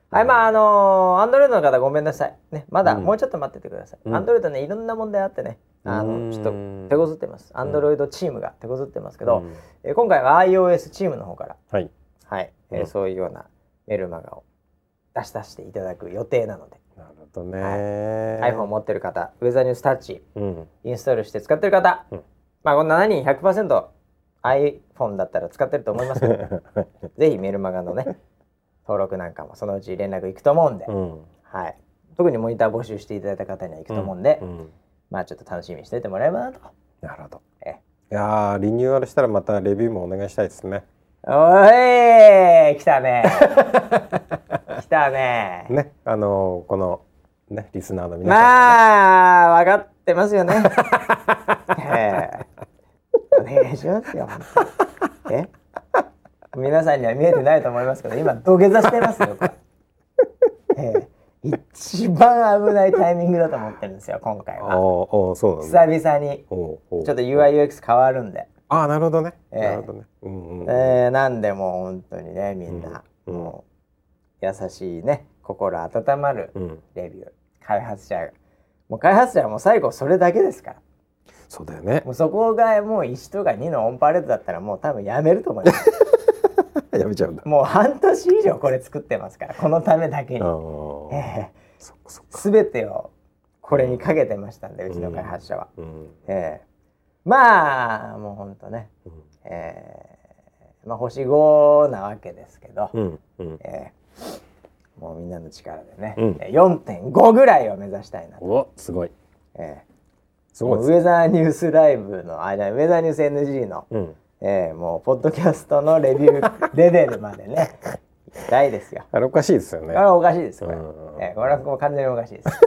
はい、まああのアンドロイドの方ごめんなさいね、まだもうちょっと待っててください。アンドロイドねいろんな問題あってね、あのちょっと手こずってます。アンドロイドチームが手こずってますけど、えー、今回は iOS チームの方から、はい、はい、えーうん、そういうようなメルマガを出し出していただく予定なので。 なるほどね、 はい、iPhone 持ってる方、ウェザーニュースタッチ、うん、インストールして使ってる方、うん、まあこのななにん ひゃくパーセント iPhone だったら使ってると思いますけどぜひメルマガのね登録なんかもそのうち連絡いくと思うんで、うん、はい、特にモニター募集していただいた方には行くと思うんで、うんうん、まあちょっと楽しみにしておいてもらえばなと。 なるほど。えいやリニューアルしたらまたレビューもお願いしたいですね。 おい来たね来たねね、あのー、このねリスナーの皆さん、ね、 まあ分かってますよねえー、お願いしますよえ皆さんには見えてないと思いますけど今土下座してますよ、えー、一番危ないタイミングだと思ってるんですよ今回は。 おおそうなんだ。 久々にちょっと ユーアイユーエックス 変わるんで。 ああなるほどね。 えー、なるほどね。うんうん、えー、なんでもう本当にねみんな、うん、もう優しいね心温まるレビュー、うん、開発者もう開発者はもう最後それだけですから。 そうだよね。 もうそこがもういちとかにのオンパレードだったらもう多分やめると思いますやめちゃうんだ。 もう半年以上これ作ってますからこのためだけに、えー、そっかそっか全てをこれにかけてましたんで、うん、うちの開発者は、うんえー、まあもうほんとね、うんえーまあ、星ごなわけですけど、うんうんえー、もうみんなの力でね、うん、よんてんご ぐらいを目指したいなと。 おすごい、 えー、すごいウェザーニュースライブのあウェザーニュース エヌジー の、うんえー、もうポッドキャストのレビューレベルまでね行きたいですよ。 あれおかしいですよね。 あれおかしいですこれ、うんえー、これはもう完全におかしいです、はい、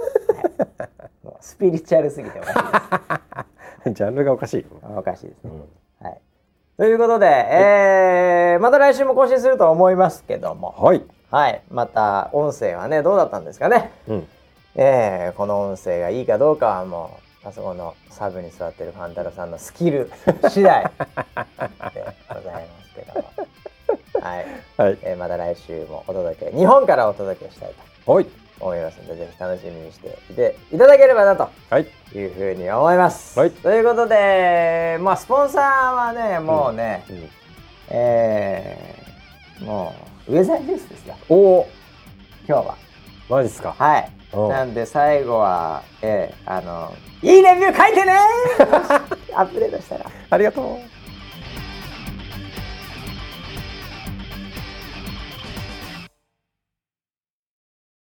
もうスピリチュアルすぎておかしいですジャンルがおかしいおかしいですね、うんはい、ということで、えー、また来週も更新すると思いますけども、 はい、 はい、また音声はねどうだったんですかね、うんえー、この音声がいいかどうかはもうあそこのサブに座ってるファンタロさんのスキル次第でございますけども、はいはいえー、また来週もお届け日本からお届けしたいと思いますので、ぜひ楽しみにしていていただければなというふうに思います、はい、ということで、まあ、スポンサーはねもうね、うんうんえー、もうウェザーニュースですよ。 お今日はマジっすか。 はいなんで最後は、えー、あのいいレビュー書いてねアップデートしたらありがとう。